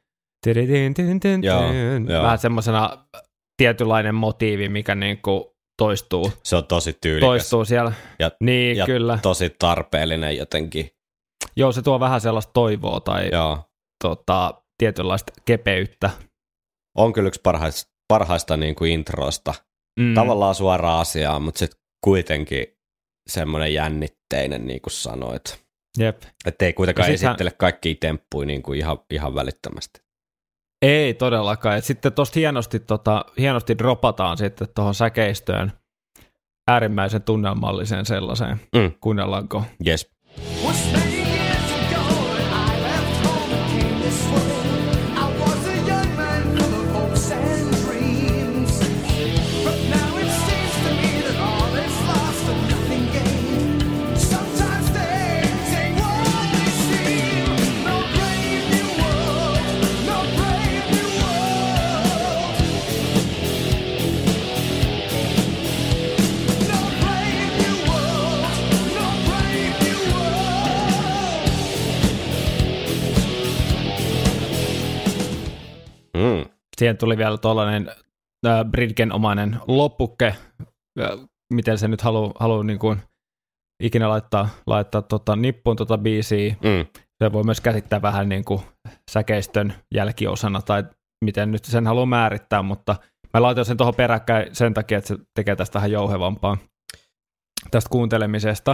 vähän semmoisena tietynlainen motiivi, mikä niinku toistuu. Se on tosi tyylikäs. Toistuu siellä. Ja kyllä. Tosi tarpeellinen jotenkin. Joo, se tuo vähän sellaista toivoa tai tietynlaista kepeyttä. On kyllä yksi parhaista niinku introista. Tavallaan suoraan asiaan, mutta sitten kuitenkin semmoinen jännitteinen, niin kuin sanoit. Jep. Että ei kuitenkaan esittele kaikkia temppuja niin kuin ihan välittömästi. Ei todellakaan. Et sitten tuosta hienosti dropataan sitten tuohon säkeistöön äärimmäisen tunnelmalliseen sellaiseen. Kuunnellaanko? Yes. Siihen tuli vielä tuollainen Bridgen-omainen loppukke, miten se nyt haluaa niin kuin ikinä laittaa nippuun biisiä. Se voi myös käsittää vähän niin kuin säkeistön jälkiosana tai miten nyt sen haluaa määrittää, mutta mä laitoin sen tuohon peräkkäin sen takia, että se tekee tästä vähän jouhevampaa tästä kuuntelemisesta.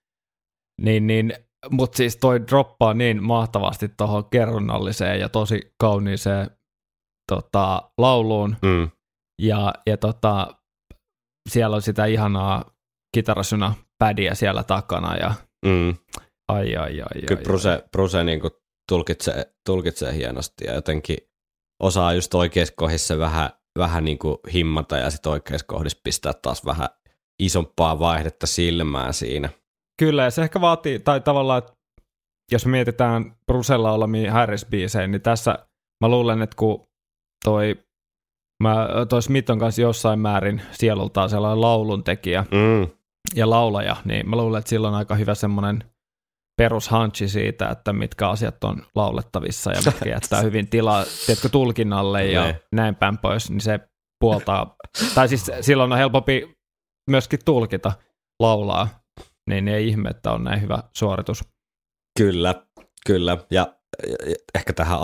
Mutta siis toi droppaa niin mahtavasti tuohon kerronnalliseen ja tosi kauniiseen lauluun, ja siellä on sitä ihanaa kitarasynä pädiä siellä takana, ja ai. Kyllä Bruce niin kuin tulkitsee hienosti, ja jotenkin osaa just oikeissa kohdissa vähän niin kuin himmata, ja sitten oikeissa kohdissa pistää taas vähän isompaa vaihdetta silmään siinä. Kyllä, ja se ehkä vaatii, tai tavallaan, että jos mietitään Brucella olemia Harris-biisejä, niin tässä mä luulen, että kun toi Smith on kanssa jossain määrin sielultaan sellainen lauluntekijä ja laulaja, niin mä luulen, että sillä on aika hyvä semmoinen perushanchi siitä, että mitkä asiat on laulettavissa ja mitkä jättää hyvin tilaa, tiedätkö, tulkinnalle ja näin päin pois, niin se puoltaa, tai siis silloin on helpompi myöskin tulkita laulaa, niin ei ihme, että on näin hyvä suoritus. Kyllä, ja ehkä tähän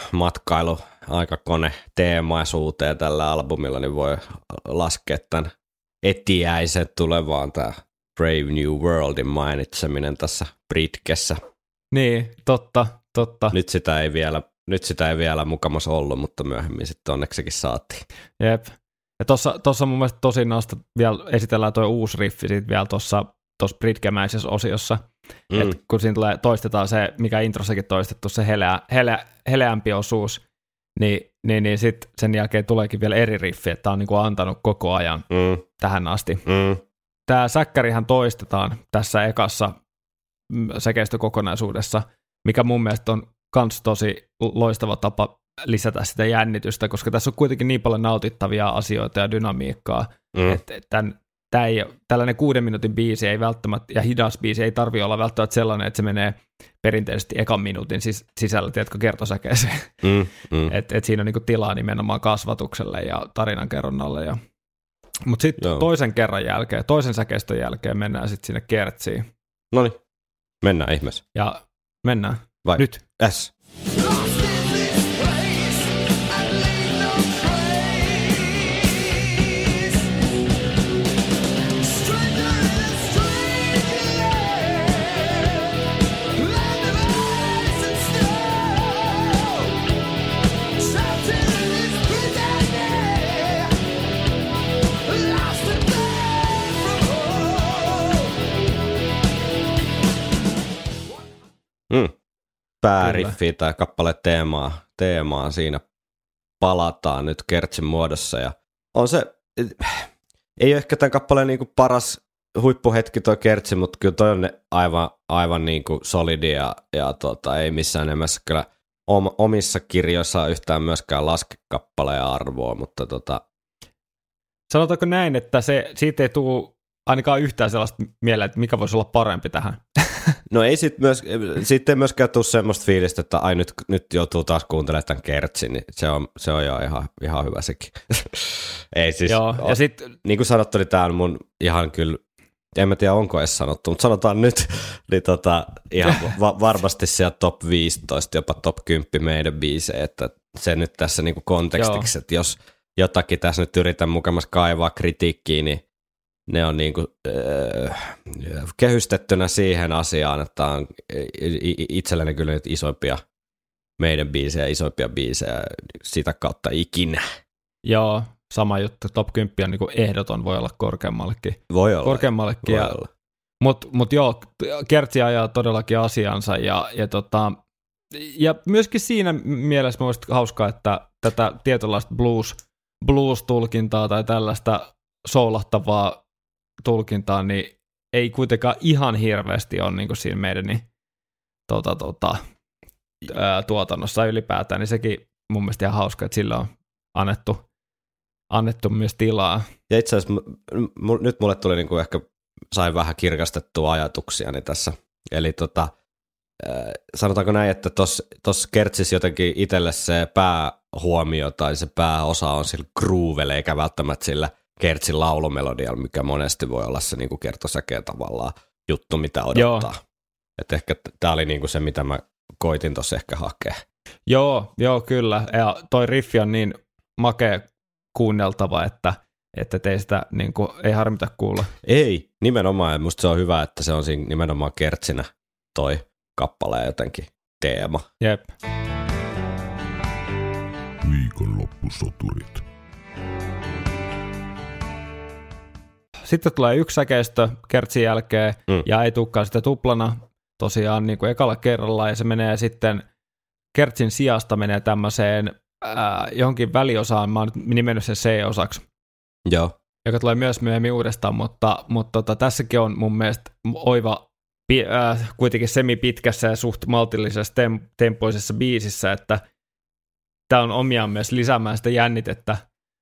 aikakone-teemaisuuteen tällä albumilla, niin voi laskea tämän etiäisen tulevaan tämä Brave New Worldin mainitseminen tässä Bridgessä. Niin, totta. Nyt sitä ei vielä mukamas ollut, mutta myöhemmin sitten onneksi sekin saatiin. Jep. Ja tuossa mun mielestä tosinasta vielä esitellään tuo uusi riffi siitä vielä tuossa Bridgemäisessä osiossa, että kun siinä toistetaan se, mikä introssakin toistettu, se heleämpi osuus, niin sitten sen jälkeen tuleekin vielä eri riffi, että tämä on niinku antanut koko ajan tähän asti. Tämä säkkärihän toistetaan tässä ekassa säkeistökokonaisuudessa, mikä mun mielestä on kans tosi loistava tapa lisätä sitä jännitystä, koska tässä on kuitenkin niin paljon nautittavia asioita ja dynamiikkaa, että tällainen 6 minuutin biisi ei välttämättä, ja hidas biisi ei tarvitse olla välttämättä sellainen, että se menee perinteisesti ekan minuutin sisällä, tiedätkö, kertosäkeeseen. Et siinä on niinku tilaa nimenomaan kasvatukselle ja tarinankerronnalle. Mutta sitten toisen säkeistön jälkeen mennään sitten sinne kertsiin. Noniin, mennään ihmeessä. Ja mennään. Vai? Nyt. Yes. pääriffiä tai kappaleen teemaa siinä palataan nyt Kertsin muodossa. Ja on se, ei ole ehkä tämän kappaleen niin kuin paras huippuhetki toi Kertsi, mutta kyllä toi on aivan niin kuin solidi ja ei missään nimessä kyllä omissa kirjoissa yhtään myöskään laske kappaleen arvoa, mutta Sanotaanko näin, että siitä ei tule ainakaan yhtään sellaista mieleen, että mikä voisi olla parempi tähän? No ei sitten myöskään tule semmoista fiilistä, että ai nyt joutuu taas kuuntelemaan tämän Kertsin, niin se on jo ihan hyvä sekin. Ei siis, joo, ja niin kuin sanottu, niin tämä on mun ihan kyllä, en mä tiedä onko edes sanottu, mutta sanotaan nyt, niin ihan varmasti siellä top 15, jopa top 10 meidän biisejä, että se nyt tässä niinku kontekstiksi, että jos jotakin tässä nyt yritän mukamassa kaivaa kritiikkiä, niin ne on niinku kehystettynä siihen asiaan, että on itselleni kyllä nyt isoimpia meidän biisejä, isoimpia biisejä sitä kautta ikinä. Joo, sama juttu. Top 10 on niinku ehdoton, voi olla korkeammallekin. Voi olla. Korkeammallekin. Voi olla. Mut joo, Kertsi ajaa todellakin asiansa ja myöskin siinä mielessä mun mielestä hauskaa, että tätä tietynlaista blues-tulkintaa tai tällaista soulahtavaa tulkintaa, niin ei kuitenkaan ihan hirveästi ole niin kuin siinä meidän tuotannossa ylipäätään, niin sekin mun mielestä ihan hauska, että sillä on annettu myös tilaa. Ja itse asiassa nyt mulle tuli niin kuin ehkä sain vähän kirkastettua ajatuksiani tässä, eli sanotaanko näin, että tuossa Kertsissä jotenkin itselle se päähuomio tai se pääosa on sillä groovella, eikä välttämättä sillä Kertsin laulumelodialla, mikä monesti voi olla se niinku kertosäkeen tavallaan juttu, mitä odottaa. Että ehkä tämä oli niinku se, mitä mä koitin tuossa ehkä hakea. Joo, kyllä. Ja toi riffi on niin makea kuunneltava, että ei sitä niinku, ei harmita kuulla. Ei, nimenomaan. Ja musta se on hyvä, että se on siinä nimenomaan Kertsinä toi kappaleen jotenkin teema. Jep. Viikonloppusoturit. Sitten tulee yksi säkeistö Kertsin jälkeen, ja ei tulekaan sitä tuplana tosiaan niin kuin ekalla kerralla, ja se menee sitten Kertsin sijasta menee tämmöiseen johonkin väliosaan, mä oon nyt nimennyt sen C-osaksi. Joo. Joka tulee myös myöhemmin uudestaan, mutta tässäkin on mun mielestä oiva kuitenkin semipitkässä ja suht maltillisessa tempoisessa biisissä, että tämä on omiaan myös lisäämään sitä jännitettä,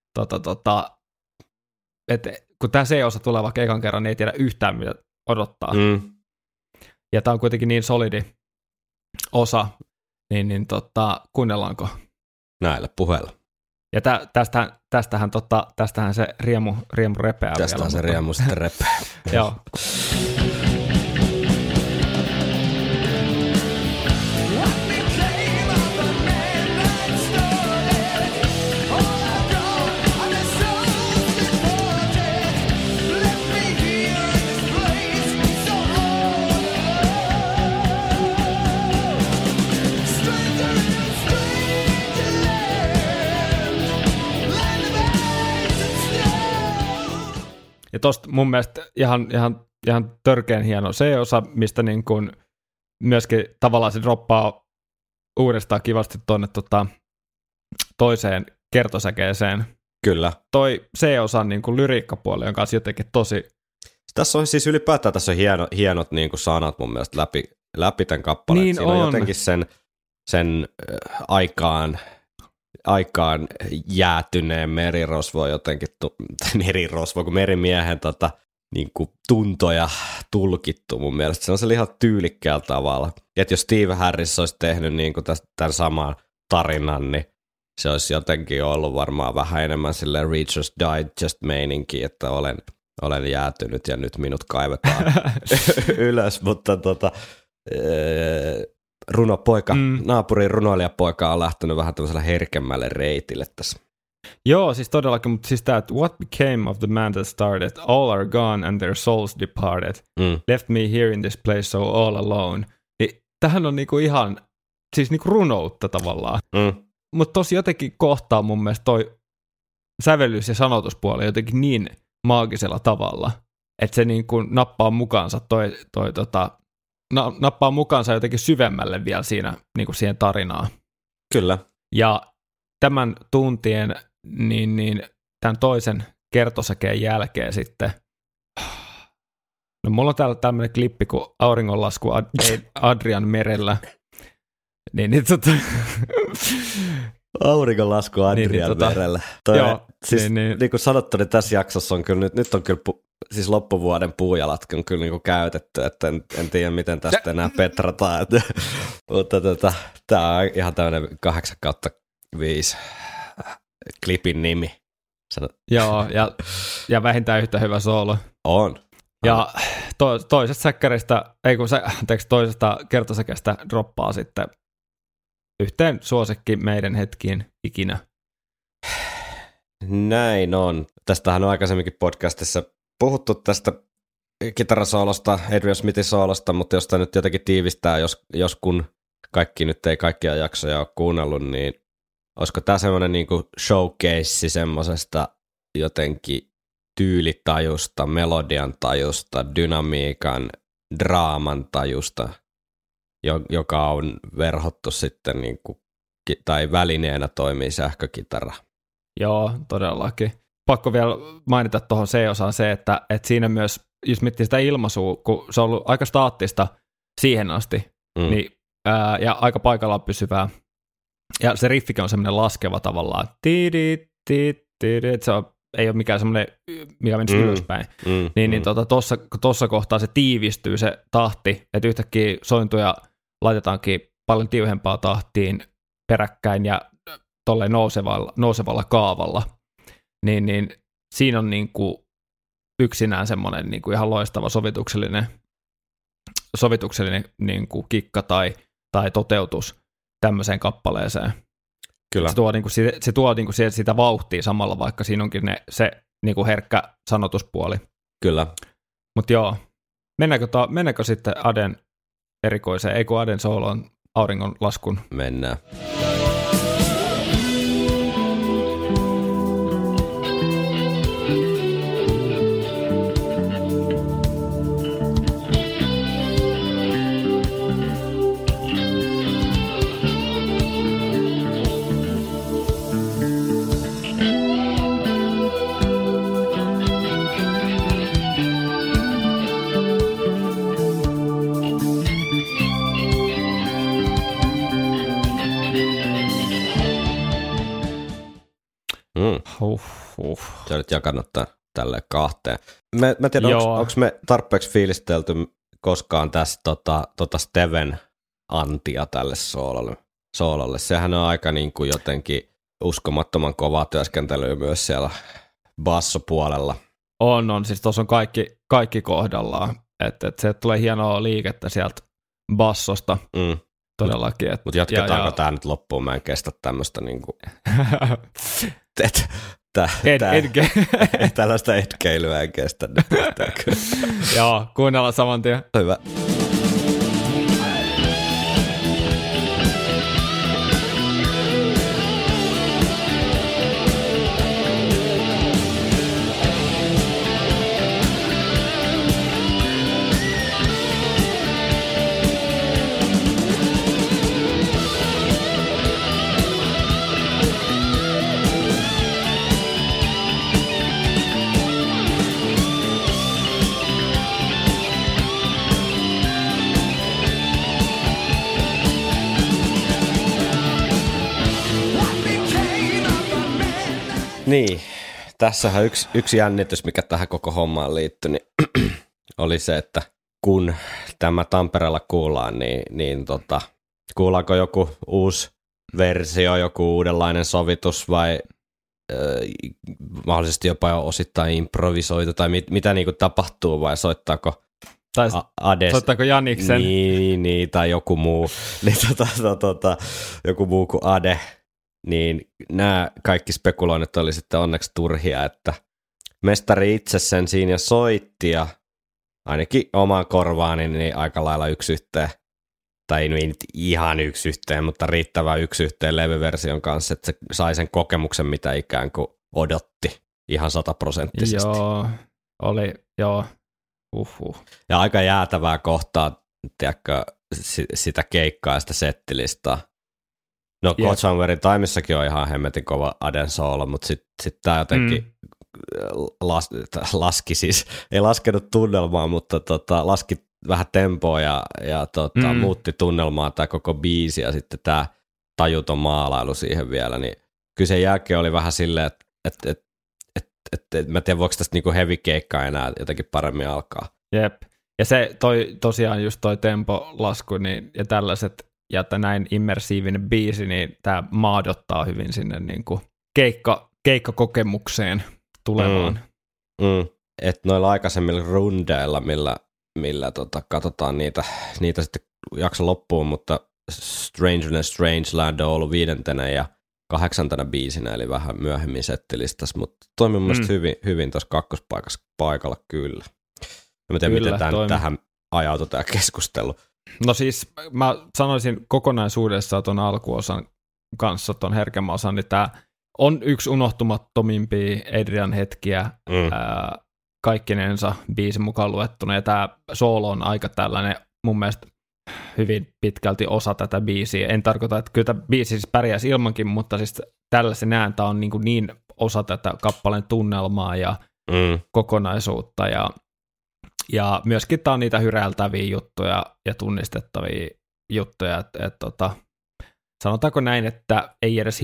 että kun tämä C-osa tulee vaikka ekan kerran, niin ei tiedä yhtään mitä odottaa. Ja tämä on kuitenkin niin solidi osa, niin kuunnellaanko? Näillä puheilla. Ja tästähän se riemu repeää. Tästähän se riemu sitten repeää. Joo. Ja tosta mun mielestä ihan törkeän hieno C-osa, mistä niin kuin myöskin tavallaan se droppaa uudestaan kivasti tuonne toiseen kertosäkeeseen. Kyllä. Toi C-osan niin kuin lyriikkapuoli on kanssa jotenkin tosi... Tässä on siis ylipäätään tässä on hienot niin kuin sanat mun mielestä läpi tämän kappaleen. Niin siinä on jotenkin sen aikaan jäätyneen merirosvo jotenkin, kun merimiehen niin kuin tuntoja tulkittu mun mielestä. Se on se ihan tyylikkäällä tavalla. Että jos Steve Harris olisi tehnyt niin kuin tämän saman tarinan, niin se olisi jotenkin ollut varmaan vähän enemmän silleen Reader's Digest-meininki, että olen jäätynyt ja nyt minut kaivetaan ylös, mutta naapurin runoilijapoika on lähtenyt vähän tämmöisellä herkemmälle reitille tässä. Joo, siis todellakin, mutta siis tämä, että what became of the man that started, all are gone and their souls departed, left me here in this place so all alone. Niin tämähän on niinku ihan, siis niinku runoutta tavallaan. Mutta tosi jotenkin kohtaa mun mielestä toi sävellys- ja sanotuspuoli jotenkin niin maagisella tavalla, että se niinku nappaa mukaansa toi nappaa mukaansa jotenkin syvemmälle vielä siinä niin kuin siihen tarinaan. Kyllä. Ja tämän tuntien, niin tämän toisen kertosäkeen jälkeen sitten, no mulla on täällä tämmöinen klippi kuin auringonlasku Adrian merellä, niin Auringonlasku Adrian merellä. Joo, siis niin kuin sanottu, niin tässä jaksossa on kyllä, nyt on kyllä siis loppuvuoden puujalat on kyllä niin kuin käytetty, että en tiedä miten tästä enää petrataan, mutta tämä on ihan tämmöinen 8/5 klipin nimi. Joo, ja vähintään yhtä hyvä soolo. On. Ja toisesta kertosäkeestä droppaa sitten yhteen suosikki meidän hetkiin ikinä. Näin on. Tästähän on aikaisemminkin podcastissa puhuttu tästä kitarasoolosta, Adrian Smithin soolosta, mutta jos tämä nyt jotenkin tiivistää, jos kun kaikki nyt ei kaikkia jaksoja ole kuunnellut, niin olisiko tämä semmoinen niinku showcase semmoisesta jotenkin tyylitajusta, melodian tajusta, dynamiikan, draaman tajusta, joka on verhottu sitten niinku, tai välineenä toimii sähkökitara. Joo, todellakin. Pakko vielä mainita tuohon C-osaan se, että siinä myös, jos miettii sitä ilmaisua, kun se on ollut aika staattista siihen asti, niin, ja aika paikallaan pysyvää, ja se riffikin on semmoinen laskeva tavallaan, se ei ole mikään semmoinen, mikä menisi ylöspäin, niin tuossa kohtaa se tiivistyy se tahti, että yhtäkkiä sointuja laitetaankin paljon tiuhempaa tahtiin peräkkäin ja tolleen nousevalla kaavalla, niin siinä on niinku yksinään semmoinen niinku ihan loistava sovituksellinen niinku kikka tai toteutus tämmöiseen kappaleeseen. Kyllä. Se tuo niinku sitä vauhtia samalla, vaikka siinä onkin se niinku herkkä sanotuspuoli. Kyllä. Mutta joo, mennäänkö sitten Aden erikoiseen, ei kun Aden sooloon auringonlaskun? Mennään. Sä olet jakanut tälle kahteen. Mä tiedän, onko me tarpeeksi fiilistelty koskaan tässä Steven antia tälle soololle. Sehän on aika niin kuin jotenkin uskomattoman kovaa työskentelyä myös siellä bassopuolella. On. Siis tuossa on kaikki kohdallaan. Että se tulee hienoa liikettä sieltä bassosta. Todellakin. Mutta jatketaanko tämä nyt loppuun? Mä en kestä tämmöistä niinku... Tällaista etkeilyä en kestä nyt. Joo, kuunnellaan saman tien. Hyvä. Niin, tässähän yksi jännitys, mikä tähän koko hommaan liittyi, niin oli se, että kun tämä Tampereella kuullaan, niin kuullaanko joku uusi versio, joku uudenlainen sovitus vai mahdollisesti jopa osittain improvisoitu tai mitä niin kuin tapahtuu vai soittaako Ades? Soittaako Janiksen? Niin, tai joku muu, niin joku muu kuin Ade. Niin nämä kaikki spekuloinnit oli sitten onneksi turhia, että mestari itse sen siinä soitti ja ainakin omaan korvaani niin aika lailla yksi yhteen, tai ei nyt ihan yksi yhteen, mutta riittävä yksi yhteen levyversion kanssa, että se sai sen kokemuksen, mitä ikään kuin odotti ihan 100%. Joo, oli, joo. Ja aika jäätävää kohtaa tiedätkö, sitä keikkaa ja sitä settilistaa. No God Somewherein Timessakin on ihan hemmetin kova Aden soolo, mutta sitten tämä jotenkin laski siis, ei laskenut tunnelmaa, mutta laski vähän tempoa ja muutti tunnelmaa tämä koko biisi ja sitten tämä tajuton maalailu siihen vielä, niin kyllä sen jälkeen oli vähän silleen, että mä en tiedä, voiko tästä niinku heavy-keikkaa enää jotenkin paremmin alkaa. Jep, ja se tosiaan just toi tempolasku niin, ja tällaiset, ja että näin immersiivinen biisi, niin tämä maadottaa hyvin sinne niinku keikkakokemukseen tulevaan. Että noilla aikaisemmilla rundeilla, millä katsotaan niitä sitten jakson loppuun, mutta Strangeland on ollut 5. ja 8. biisinä, eli vähän myöhemmin settilistassa, mutta toimi mun mielestä hyvin tuossa kakkospaikalla kyllä. Mä tiedän, miten tähän ajautui tämä keskustelu. No siis mä sanoisin kokonaisuudessaan tuon alkuosan kanssa, tuon herkemmän osan, niin tämä on yksi unohtumattomimpia Adrian hetkiä kaikkinensa biisin mukaan luettuna, ja tämä soolo on aika tällainen mun mielestä hyvin pitkälti osa tätä biisiä. En tarkoita, että kyllä tämä biisi siis pärjäisi ilmankin, mutta siis tällaisen ääntä on niin osa tätä kappaleen tunnelmaa ja kokonaisuutta, ja myöskin tämä on niitä hyräiltäviä juttuja ja tunnistettavia juttuja, että sanotaanko näin, että ei edes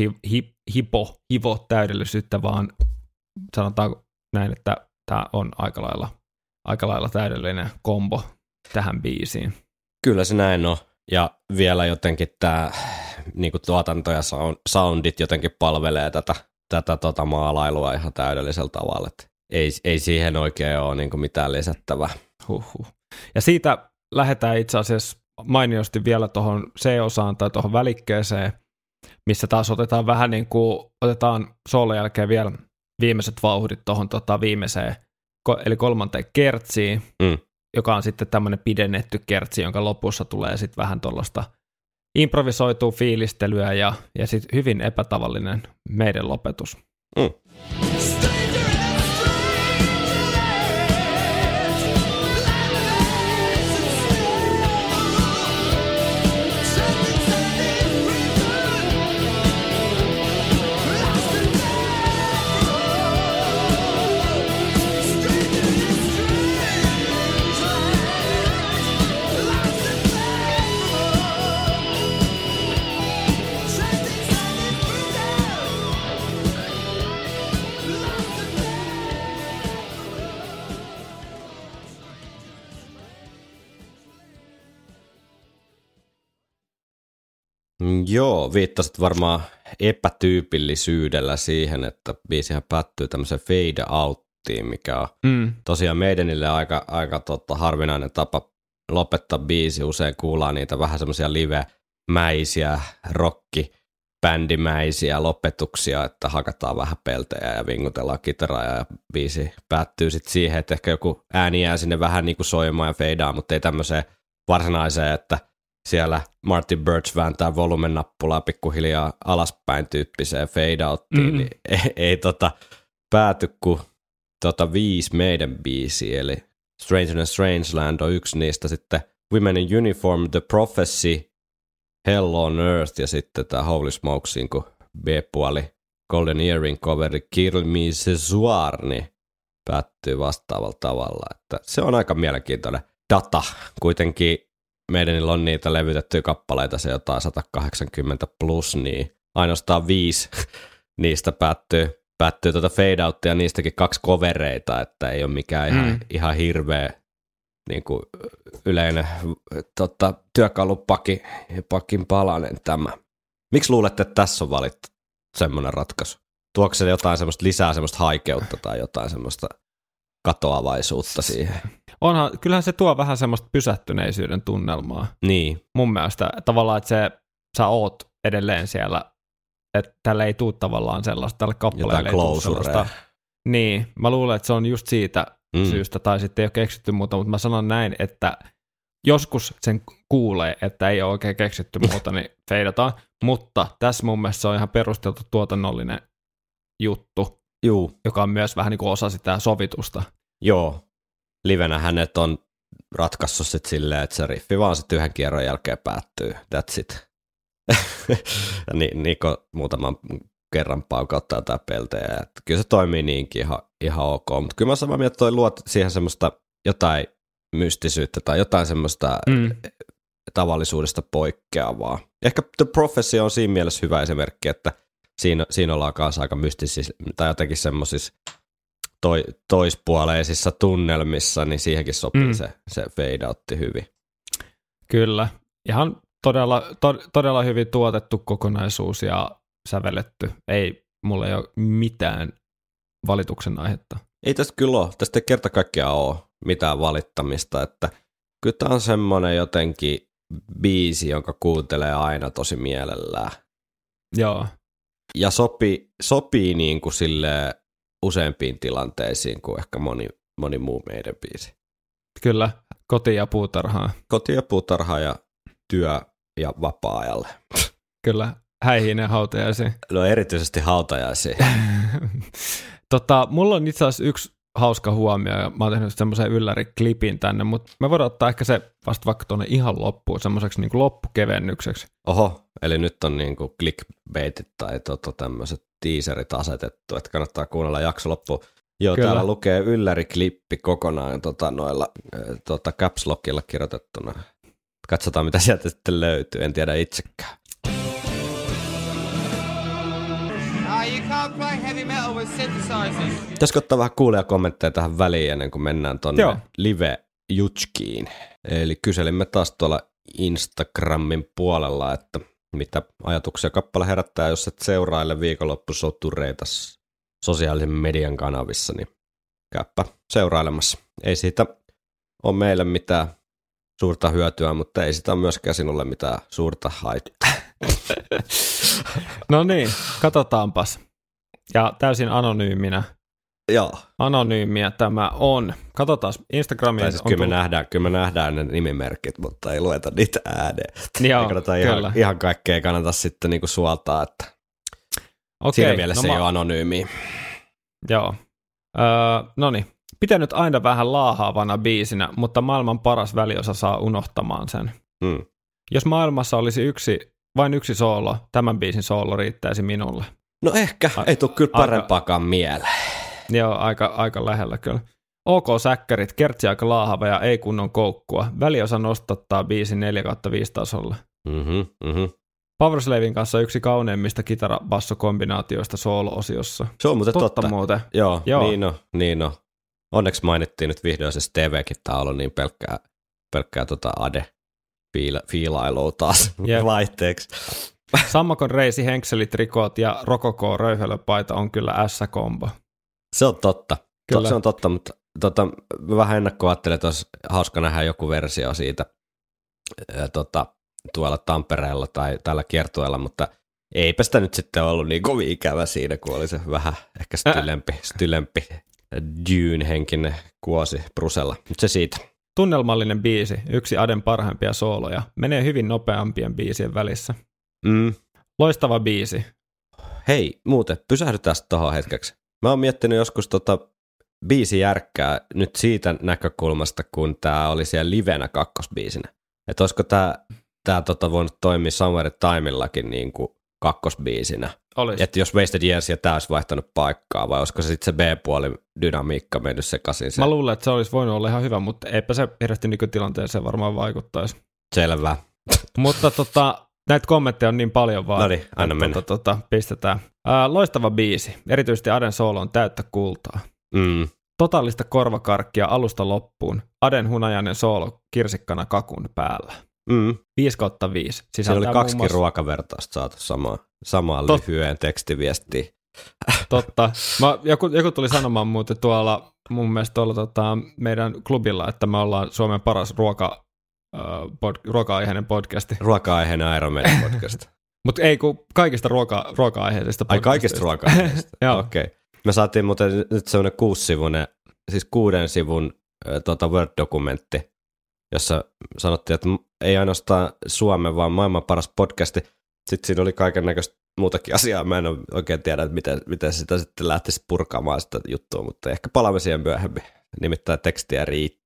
hivo täydellisyyttä, vaan sanotaanko näin, että tämä on aika lailla täydellinen kombo tähän biisiin. Kyllä se näin on, ja vielä jotenkin tämä niinku tuotanto ja soundit jotenkin palvelee tätä maalailua ihan täydellisellä tavalla, että ei siihen oikein ole niinku mitään lisättävää. Ja siitä lähdetään itse asiassa mainiosti vielä tuohon C-osaan tai tuohon välikkeeseen, missä taas otetaan vähän niin kuin, otetaan soolon jälkeen vielä viimeiset vauhdit tuohon viimeiseen, eli 3. kertsiin, joka on sitten tämmöinen pidennetty kertsi, jonka lopussa tulee sitten vähän tuollaista improvisoitua fiilistelyä ja sitten hyvin epätavallinen meidän lopetus. Joo, viittasit varmaan epätyypillisyydellä siihen, että biisihän päättyy tämmöiseen fade outtiin, mikä on tosiaan meidänille aika harvinainen tapa lopettaa biisi. Usein kuullaan niitä vähän semmoisia live-mäisiä, rock-bändimäisiä lopetuksia, että hakataan vähän peltejä ja vingutellaan kitaraa ja biisi päättyy sitten siihen, että ehkä joku ääni jää sinne vähän niin kuin soimaan ja fadeaa, mutta ei tämmöiseen varsinaiseen, että siellä Martin Birch vääntää volumenappulaa pikkuhiljaa alaspäin tyyppiseen fade-outtiin, niin ei pääty kuin 5 meidän biisiä, eli Stranger and Strangeland on yksi niistä, sitten Women in Uniform, The Prophecy, Hell on Earth ja sitten tämä Holy Smokesin kuin B-puoli Golden Earring coveri Kill Me Ce Soir, niin päättyy vastaavalla tavalla, että se on aika mielenkiintoinen data, kuitenkin meidän on niitä levytettyjä kappaleita, se jotain 180 plus, niin ainoastaan 5 niistä päättyy fade-outtia ja niistäkin 2 covereita, että ei ole mikään ihan hirveä niin kuin yleinen työkalupakin palanen tämä. Miksi luulette, että tässä on valittu semmoinen ratkaisu? Tuoko se jotain semmoista lisää semmoista haikeutta tai jotain semmoista katoavaisuutta siihen? Kyllähän se tuo vähän semmoista pysähtyneisyyden tunnelmaa. Niin. Mun mielestä tavallaan, että sä oot edelleen siellä, että tälle ei tule tavallaan sellaista, tälle kappaleelle ei tule sellaista. Niin, mä luulen, että se on just siitä syystä, tai sitten ei ole keksitty muuta, mutta mä sanon näin, että joskus sen kuulee, että ei ole oikein keksitty muuta, niin feidataan, mutta tässä mun mielestä se on ihan perusteltu tuotannollinen juttu, joka on myös vähän niin kuin osa sitä sovitusta. Joo. Livenä hänet on ratkaissut sit silleen, että se riffi vaan sit yhden kierron jälkeen päättyy. That's it. Niko muutaman kerran paukauttaa jotain peltejä. Että kyllä se toimii niinkin ihan ok. Mutta kyllä mä samaa mieltä, että toi luot siihen semmoista jotain mystisyyttä tai jotain semmoista tavallisuudesta poikkeavaa. Ehkä The Prophecy on siinä mielessä hyvä esimerkki, että siinä ollaan kanssa aika mystisissä tai jotenkin semmoisissa toispuoleisissa tunnelmissa, niin siihenkin sopii se fade outti hyvin. Kyllä. Ihan todella hyvin tuotettu kokonaisuus ja sävelletty. Mulla ei ole mitään valituksen aihetta. Ei tästä kyllä ole. Tästä ei kerta kaikkiaan ole mitään valittamista, että kyllä tämä on semmoinen jotenkin biisi, jonka kuuntelee aina tosi mielellään. Joo. Ja sopii niin kuin silleen useampiin tilanteisiin kuin ehkä moni muu meidän biisi. Kyllä, koti- ja puutarhaa. Koti- ja puutarhaa ja työ- ja vapaa-ajalle. Kyllä, häihin ja hautajaisiin. No erityisesti hautajaisiin. Mulla on itse asiassa yksi hauska huomio, ja mä oon tehnyt semmoisen ylläriklipin tänne, mutta me voidaan ottaa ehkä se vasta vaikka tuonne ihan loppuun, semmoiseksi niin kuin loppukevennykseksi. Oho, eli nyt on niin kuin clickbaitit tai tämmöiset teaserit asetettu, että kannattaa kuunnella jakso loppuun. Joo, kyllä. Täällä lukee ylläriklippi kokonaan noilla caps lockilla kirjoitettuna. Katsotaan, mitä sieltä sitten löytyy, en tiedä itsekään. Pitäisikö ottaa vähän kuulijakommentteja tähän väliin ennen kuin mennään tuonne live-jutskiin. Eli kyselimme taas tuolla Instagramin puolella, että mitä ajatuksia kappale herättää, jos et seuraile viikonloppusotureita sosiaalisen median kanavissa, niin käypä seurailemassa. Ei siitä ole meille mitään suurta hyötyä, mutta ei sitä ole myöskään sinulle mitään suurta haittaa. No niin, katsotaanpas. Ja täysin anonyyminä. Joo. Anonyymiä tämä on. Katsotaan Instagramiin. Siis kyllä me nähdään ne nimimerkit, mutta ei lueta niitä ääneen. Joo, kyllä. Ihan kaikkea kannata sitten niinku suoltaa, että siinä mielessä ei ole anonyymiä. Joo. No niin. Pitänyt aina vähän laahaavana biisinä, mutta maailman paras väliosa saa unohtamaan sen. Jos maailmassa olisi vain yksi soolo, tämän biisin soolo riittäisi minulle. No ehkä, ei tule kyllä parempaakaan mieleen. Joo, aika lähellä kyllä. OK säkkärit, kertsi aika laahava ja ei kunnon koukkua. Väliosa nostattaa biisin 4/5 tasolla. Powerslavin kanssa yksi kauneimmista kitara-basso-kombinaatioista soolo-osiossa. Se on muuten totta. Muuten. Joo. Niin on. Onneksi mainittiin nyt vihdoin se TV-kin, tää on ollut niin pelkkää fiilailua taas vaihteeksi. Sammakon reisi, henkselit, rikot ja rokoko röyhelöpaita on kyllä S-kombo. Se on totta. Se on totta, mutta vähän ennakkoa ajattelin, että olisi hauska nähdä joku versio siitä tuolla Tampereella tai tällä kiertueella, mutta eipä sitä nyt sitten ollut niin kovin ikävä siinä, kun oli se vähän ehkä stylempi Dune-henkinen kuosi Brusella. Nyt se siitä. Tunnelmallinen biisi, yksi Aden parhaimpia sooloja. Menee hyvin nopeampien biisien välissä. Loistava biisi. Hei, muuten, pysähdytään tuohon hetkeksi. Mä oon miettinyt joskus biisijärkkää nyt siitä näkökulmasta, kun tää oli siellä livenä kakkosbiisinä. Että olisiko tää voinut toimia Somewhere Timeillakin niin kuin kakkosbiisinä. Olisi. Että jos Wasted Years ja tää olisi vaihtanut paikkaa, vai olisiko se sitten se B-puoli dynamiikka mennyt sekaisin? Mä luulen, että se olisi voinut olla ihan hyvä, mutta eipä se hirveästi nykytilanteeseen varmaan vaikuttaisi. Selvä. Mutta näitä kommentteja on niin paljon vaan. Noniin, anna mennä. Pistetään. Loistava biisi. Erityisesti Aden soolo on täyttä kultaa. Totaalista korvakarkkia alusta loppuun. Aden hunajainen soolo kirsikkana kakun päällä. 5/5. Se oli 2 ruokavertausta saatu samaan lyhyen tekstiviestiin. Totta. Joku tuli sanomaan muuten mun mielestä tuolla meidän klubilla, että me ollaan Suomen paras ruoka-aiheinen podcasti. Ruoka-aiheinen Iron Maiden podcast. Mutta ei kun kaikista ruoka-aiheisista podcastista. Ai kaikista ruoka-aiheisista? Okei. Okay. Me saatiin muuten nyt semmoinen 6 sivun Word-dokumentti, jossa sanottiin, että ei ainoastaan Suomen, vaan maailman paras podcasti. Sitten siinä oli kaiken näköistä muutakin asiaa. Mä en oikein tiedä, että miten sitä sitten lähtisi purkaamaan sitä juttua, mutta ehkä palaamme siihen myöhemmin. Nimittäin tekstiä riitti.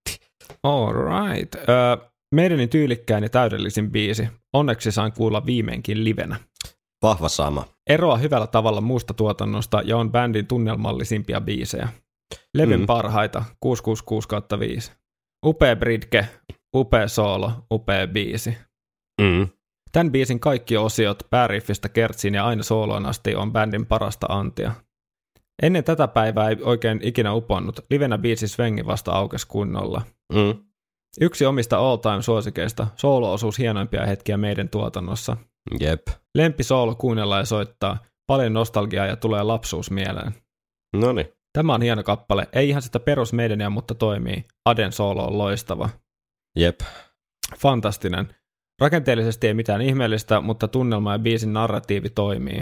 All right. Meidänin tyylikkäin ja täydellisin biisi. Onneksi sain kuulla viimeinkin livenä. Vahva sama. Eroa hyvällä tavalla muusta tuotannosta ja on bändin tunnelmallisimpia biisejä. Levyn parhaita, 666/5. Upea bridge, upea soolo, upea biisi. Tämän biisin kaikki osiot, pääriffistä kertsiin ja aina sooloon asti on bändin parasta antia. Ennen tätä päivää ei oikein ikinä uponnut. Livenä biisi Svengi vasta aukesi kunnolla. Yksi omista all-time suosikeista, soolo-osuus hienoimpia hetkiä meidän tuotannossa. Jep. Lempi soolo kuunnella ja soittaa. Paljon nostalgiaa ja tulee lapsuus mieleen. Noniin. Tämä on hieno kappale. Ei ihan sitä perus meidäniä, mutta toimii. Aden soolo on loistava. Jep. Fantastinen. Rakenteellisesti ei mitään ihmeellistä, mutta tunnelma ja biisin narratiivi toimii.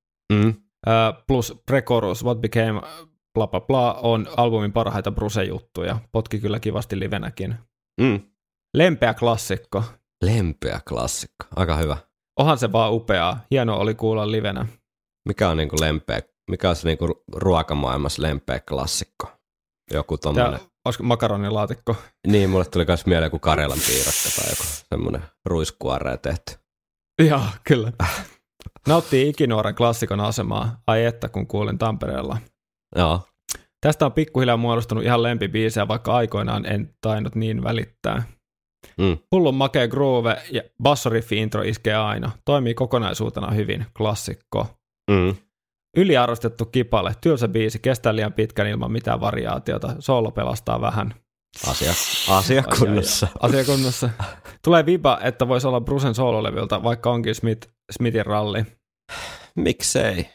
Plus pre-chorus What Became bla bla bla on albumin parhaita Bruce-juttuja. Potki kyllä kivasti livenäkin. Lempeä klassikko. Lempeä klassikko. Aika hyvä. Onhan se vaan upeaa. Hienoa oli kuulla livenä. Mikä on niinku lempeä? Mikä on se niinku ruokamaailmassa lempeä klassikko? Joku tommonen. Olisiko makaronilaatikko? Niin, mulle tuli myös mieleen joku Karelan piirakka tai joku semmoinen ruiskuoreen tehty. Joo, kyllä. Nauttii ikinuoren klassikon asemaa. Ai että, kun kuulin Tampereella. Joo. Tästä on pikkuhiljaa muodostunut ihan lempibiisejä, vaikka aikoinaan en tainnut niin välittää. Hullun makea groove ja bassoriffi-intro iskee aina. Toimii kokonaisuutena hyvin. Klassikko. Yliarvostettu kipale. Tylsä biisi. Kestää liian pitkän ilman mitään variaatiota. Soolo pelastaa vähän. Asia kunnossa. Asia kunnossa. Tulee viba, että voisi olla Brucen soololevyltä, vaikka onkin Smithin ralli. Miksei?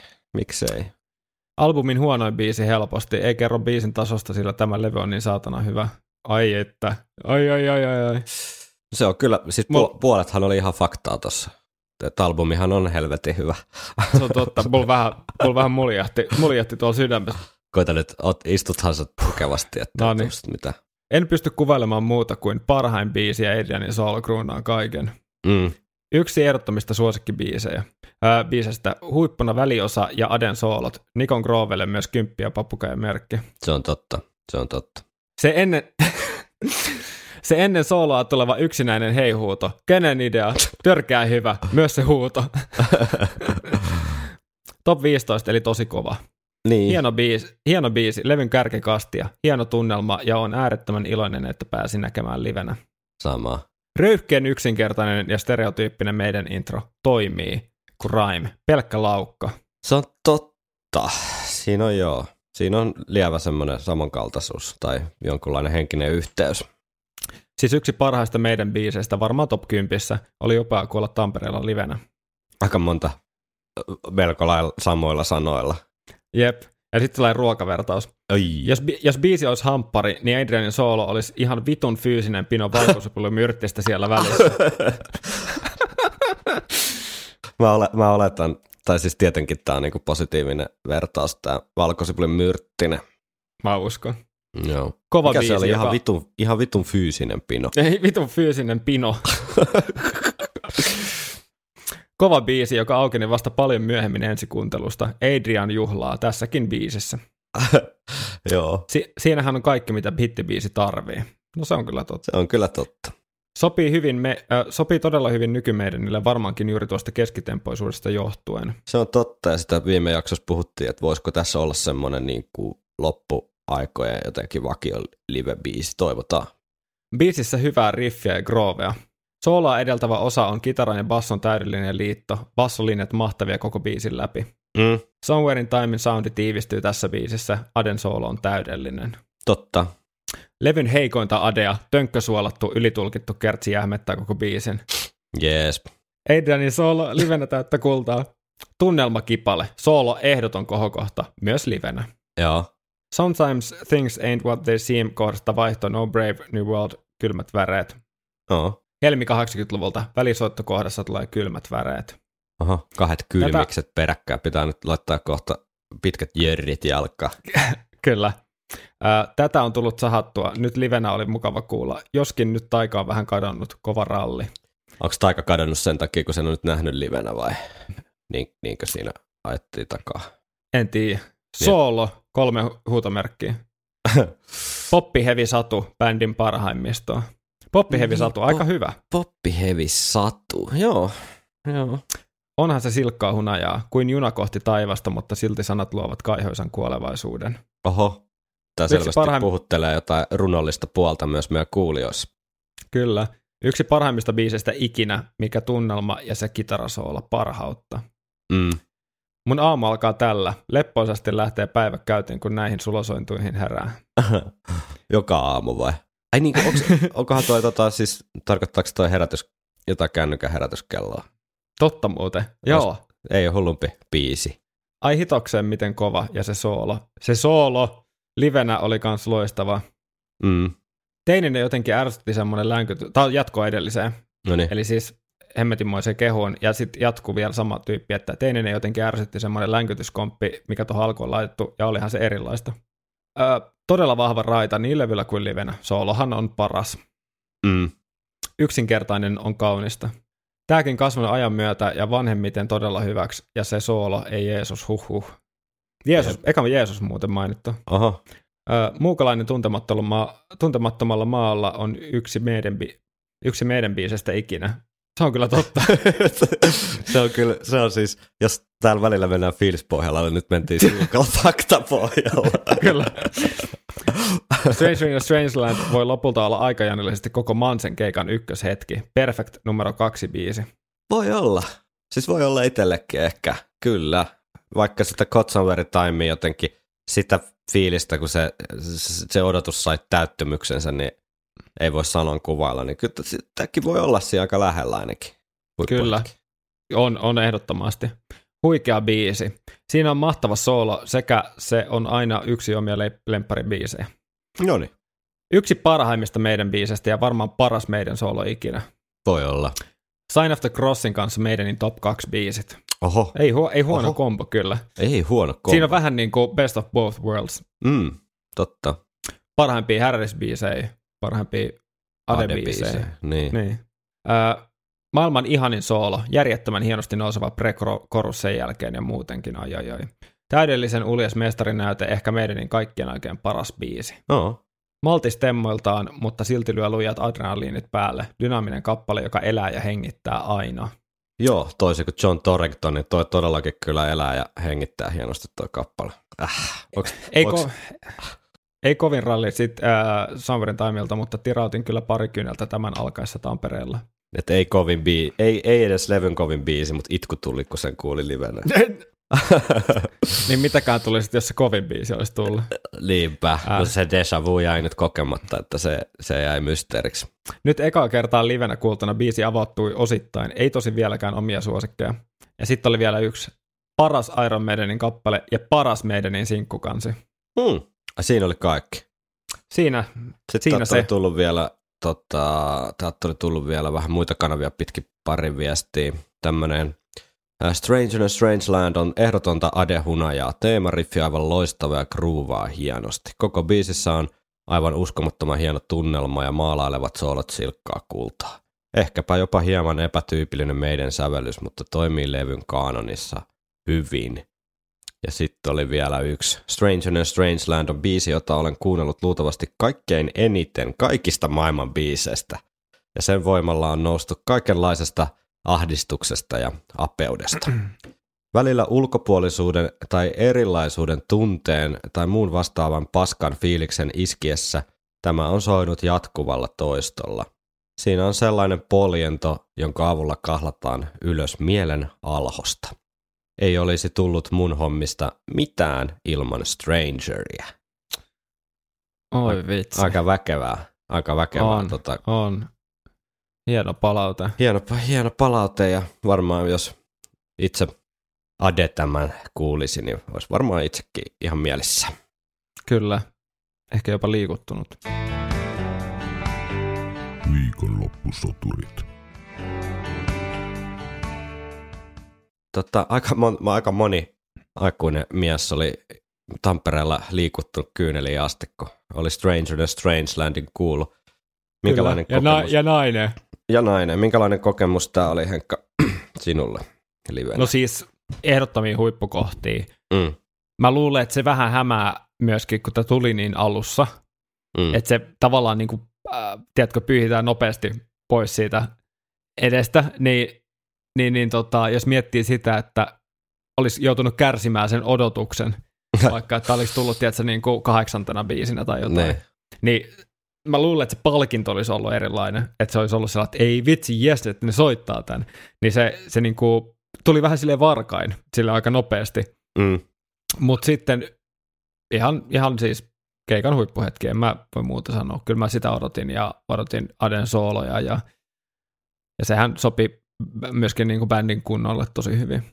Albumin huonoin biisi helposti. Ei kerro biisin tasosta, sillä tämä levy on niin saatana hyvä. Ai että. Ai. Se on kyllä, siis puolethan oli ihan faktaa tossa. Että albumihan on helvetin hyvä. Se on totta. Mulla vähän muljahti tuolla sydämessä. Koita nyt, istuthan sä tukevasti, että no niin. Mitä. En pysty kuvailemaan muuta kuin parhain biisi ja Adrianin soolo kruunaan kaiken. Yksi ehdottomista suosikkibiisejä. Biisestä huippuna väliosa ja Aden soolot. Nikon Grovelle myös 10 papukajan merkki. Se on totta. Se ennen sooloa tuleva yksinäinen hei-huuto. Kenen idea? Törkää hyvä. Myös se huuto. Top 15 eli tosi kova. Niin. Hieno biisi, levyn kärkikastia, hieno tunnelma ja on äärettömän iloinen, että pääsin näkemään livenä. Samaa. Röyhkeän yksinkertainen ja stereotyyppinen meidän intro toimii kuin rhyme, pelkkä laukka. Se on totta. Siinä on lievä semmoinen samankaltaisuus tai jonkunlainen henkinen yhteys. Siis yksi parhaista meidän biiseistä, varmaan top 10, oli jopa kuulla Tampereella livenä. Aika monta melko lailla samoilla sanoilla. Jep. Ja sitten tulee ruokavertaus. Jos biisi olisi hamppari, niin Adrianin soolo olisi ihan vitun fyysinen pino valkosipulymyrttistä siellä välissä. Mä oletan, tai siis tietenkin tämä on niinku positiivinen vertaus, tämä valkosipulymyrttinen. Mä uskon. Joo. Kova mikä biisi, se oli ihan vitun fyysinen pino? Ei vitun fyysinen pino. Kova biisi, joka aukeni vasta paljon myöhemmin ensikuuntelusta. Adrian juhlaa tässäkin biisissä. Joo. Siinähän on kaikki, mitä hittibiisi tarvii. No se on kyllä totta. Se on kyllä totta. Sopii todella hyvin nykymeidänille, varmaankin juuri tuosta keskitempoisuudesta johtuen. Se on totta, ja sitä viime jaksossa puhuttiin, että voisiko tässä olla semmoinen niin kuin loppuaikojen jotenkin vakio live-biisi, toivotaan. Biisissä hyvää riffiä ja groovea. Sooloa edeltävä osa on kitaran ja basson täydellinen liitto, bassolinjat mahtavia koko biisin läpi. Somewhere in Timein soundi tiivistyy tässä biisissä, Aden soolo on täydellinen. Totta. Levyn heikointa Adea, tönkkösuolattu, ylitulkittu kertsi jähmettää koko biisin. Jees. Adrianin soolo livenä täyttä kultaa. Tunnelmakipale, soolo ehdoton kohokohta, myös livenä. Joo. Sometimes things ain't what they seem kohdasta vaihto No Brave New World, kylmät väreet. Helmi 80-luvulta, välisoittokohdassa tulee kylmät väreet. Oho, 2 kylmikset peräkkäin. Pitää nyt laittaa kohta pitkät jörrit jalkaan. Kyllä. Tätä on tullut sahattua. Nyt livenä oli mukava kuulla. Joskin nyt Taika on vähän kadonnut. Kova ralli. Onko Taika kadonnut sen takia, kun sen on nyt nähnyt livenä vai niinkö siinä ajettiin takaa? En tiedä. Soolo, 3 huutomerkkiä. Poppi Heavy Satu, bändin parhaimmistoa. Poppi Heavy Satu, aika hyvä. Poppi Heavy Satu, joo. Onhan se silkkaa hunajaa, kuin juna kohti taivasta, mutta silti sanat luovat kaihoisan kuolevaisuuden. Oho, tämä selvästi puhuttelee jotain runollista puolta myös meidän kuulijoissa. Kyllä. Yksi parhaimmista biiseistä ikinä, mikä tunnelma ja se kitarasoola parhautta. Mun aamu alkaa tällä. Leppoisasti lähtee päivä käytiin, kun näihin sulosointuihin herää. Joka aamu vai? Ai niin, onkohan toi, siis tarkoittaako toi herätys, jotain kännykän herätyskelloa? Totta muuten, joo. Ei ole hullumpi biisi. Ai hitokseen miten kova, ja se soolo. Se soolo livenä oli kans loistava. Teininen jotenkin ärsytti semmoinen länkytys, tämä jatkoa edelliseen. Noniin. Eli siis hemmetinmoisen kehuun, ja sitten jatkuu vielä sama tyyppi, että Teininen jotenkin ärsytti semmoinen länkytyskomppi, mikä tuohon alkuun on laitettu, ja olihan se erilaista. Todella vahva raita niin levyllä kuin livenä. Soolohan on paras. Yksinkertainen on kaunista. Tääkin kasvanut ajan myötä ja vanhemmiten todella hyväksi, ja se soolo ei Jeesus, Jeesus, eka Jeesus muuten mainittu. Oho. Muukalainen tuntemattomalla maalla on yksi meidän biisestä ikinä. Se on kyllä totta. se on siis, jos täällä välillä mennään fiilispohjalla, niin nyt mentiin silloin faktapohjalla. Kyllä. Stranger in a Strangeland voi lopulta olla aikajänillisesti koko Mansen keikan ykköshetki. Perfect numero 2 biisi. Voi olla. Siis voi olla itsellekin ehkä. Kyllä. Vaikka sitä Cottonberry Timea jotenkin sitä fiilistä, kun se odotus sai täyttymyksensä, niin ei voi sanon kuvailla, niin kyllä tämäkin voi olla siinä aika lähellä ainakin. Kyllä, on ehdottomasti. Huikea biisi. Siinä on mahtava soolo sekä se on aina yksi omia lempparibiisejä. Noniin. Yksi parhaimmista meidän biisestä ja varmaan paras meidän soolo ikinä. Voi olla. Sign of the Crossin kanssa meidänin top 2 biisit. Oho. Ei huono kombo kyllä. Ei huono kombo. Siinä on vähän niin kuin best of both worlds. Totta. Parhaimpia Harris-biisejä, parhaimpia Ade-biisejä. Niin. Maailman ihanin soolo, järjettömän hienosti nouseva pre-chorus sen jälkeen ja muutenkin, ai. Täydellisen uljas mestarinäyte, ehkä meidänin kaikkien aikojen paras biisi. Maltis temmoiltaan, mutta silti lyö lujat adrenaliinit päälle. Dynaaminen kappale, joka elää ja hengittää aina. Joo, toisin kuin John Torrington, niin toi todellakin kyllä elää ja hengittää hienosti toi kappale. Ei kovin ralli sitten Summerin Timeilta, mutta tirautin kyllä pari kyyneltä tämän alkaessa Tampereella. Että ei edes levyn kovin biisi, mutta itku tuli, kun sen kuuli livenä. Niin mitäkään tuli sitten, jos se kovin biisi olisi tullut? Niinpä, no se déjà vu jäi nyt kokematta, että se jäi mysteeriksi. Nyt ekaa kertaa livenä kuultuna biisi avautui osittain, ei tosi vieläkään omia suosikkeja. Ja sitten oli vielä yksi paras Iron Maidenin kappale ja paras Maidenin sinkkukansi. Siinä oli kaikki. Siinä se. Oli tullut vielä, täältä oli tullut vielä vähän muita kanavia pitkin pari viestiä. Tämmönen Stranger in a Strangeland on ehdotonta Ade-hunajaa. Teemariffi aivan loistava ja groovaa hienosti. Koko biisissä on aivan uskomattoman hieno tunnelma ja maalailevat soolot silkkaa kultaa. Ehkäpä jopa hieman epätyypillinen meidän sävellys, mutta toimii levyn kaanonissa hyvin. Ja sitten oli vielä yksi. Stranger in a Strangeland on biisi, jota olen kuunnellut luultavasti kaikkein eniten kaikista maailman biiseistä. Ja sen voimalla on noustu kaikenlaisesta ahdistuksesta ja apeudesta. Välillä ulkopuolisuuden tai erilaisuuden tunteen tai muun vastaavan paskan fiiliksen iskiessä tämä on soinut jatkuvalla toistolla. Siinä on sellainen poljento, jonka avulla kahlataan ylös mielen alhosta. Ei olisi tullut mun hommista mitään ilman Strangeria. Oi vitsi. Aika väkevää. On. Hieno palaute. Hieno palaute ja varmaan jos itse Ade tämän kuulisi, niin olisi varmaan itsekin ihan mielessä. Kyllä. Ehkä jopa liikuttunut. Viikonloppusoturit. Aika moni aikuinen mies oli Tampereella liikuttunut kyyneliin asti, kun oli Stranger in a Strangelandin kuulu. Minkälainen kokemus? Ja nainen. Minkälainen kokemus tämä oli, Henkka, sinulle livenä? No siis ehdottomia huippukohtia. Mä luulen, että se vähän hämää myöskin, kun tämä tuli niin alussa. Että se tavallaan niin kuin, tiedätkö, pyyhitään nopeasti pois siitä edestä, niin jos miettii sitä, että olisi joutunut kärsimään sen odotuksen, vaikka että olisi tullut, tiedätkö, niin kuin 8. biisinä tai jotain, niin mä luulen, että se palkinto olisi ollut erilainen, että se olisi ollut sellainen, että ei vitsi, jes, että ne soittaa tämän. Niin se niin kuin tuli vähän silleen varkain, sille aika nopeasti. Mutta sitten ihan siis keikan huippuhetki, en mä voi muuta sanoa. Kyllä mä sitä odotin Aden sooloja ja sehän sopi myöskin niin kuin bändin kunnolle tosi hyvin.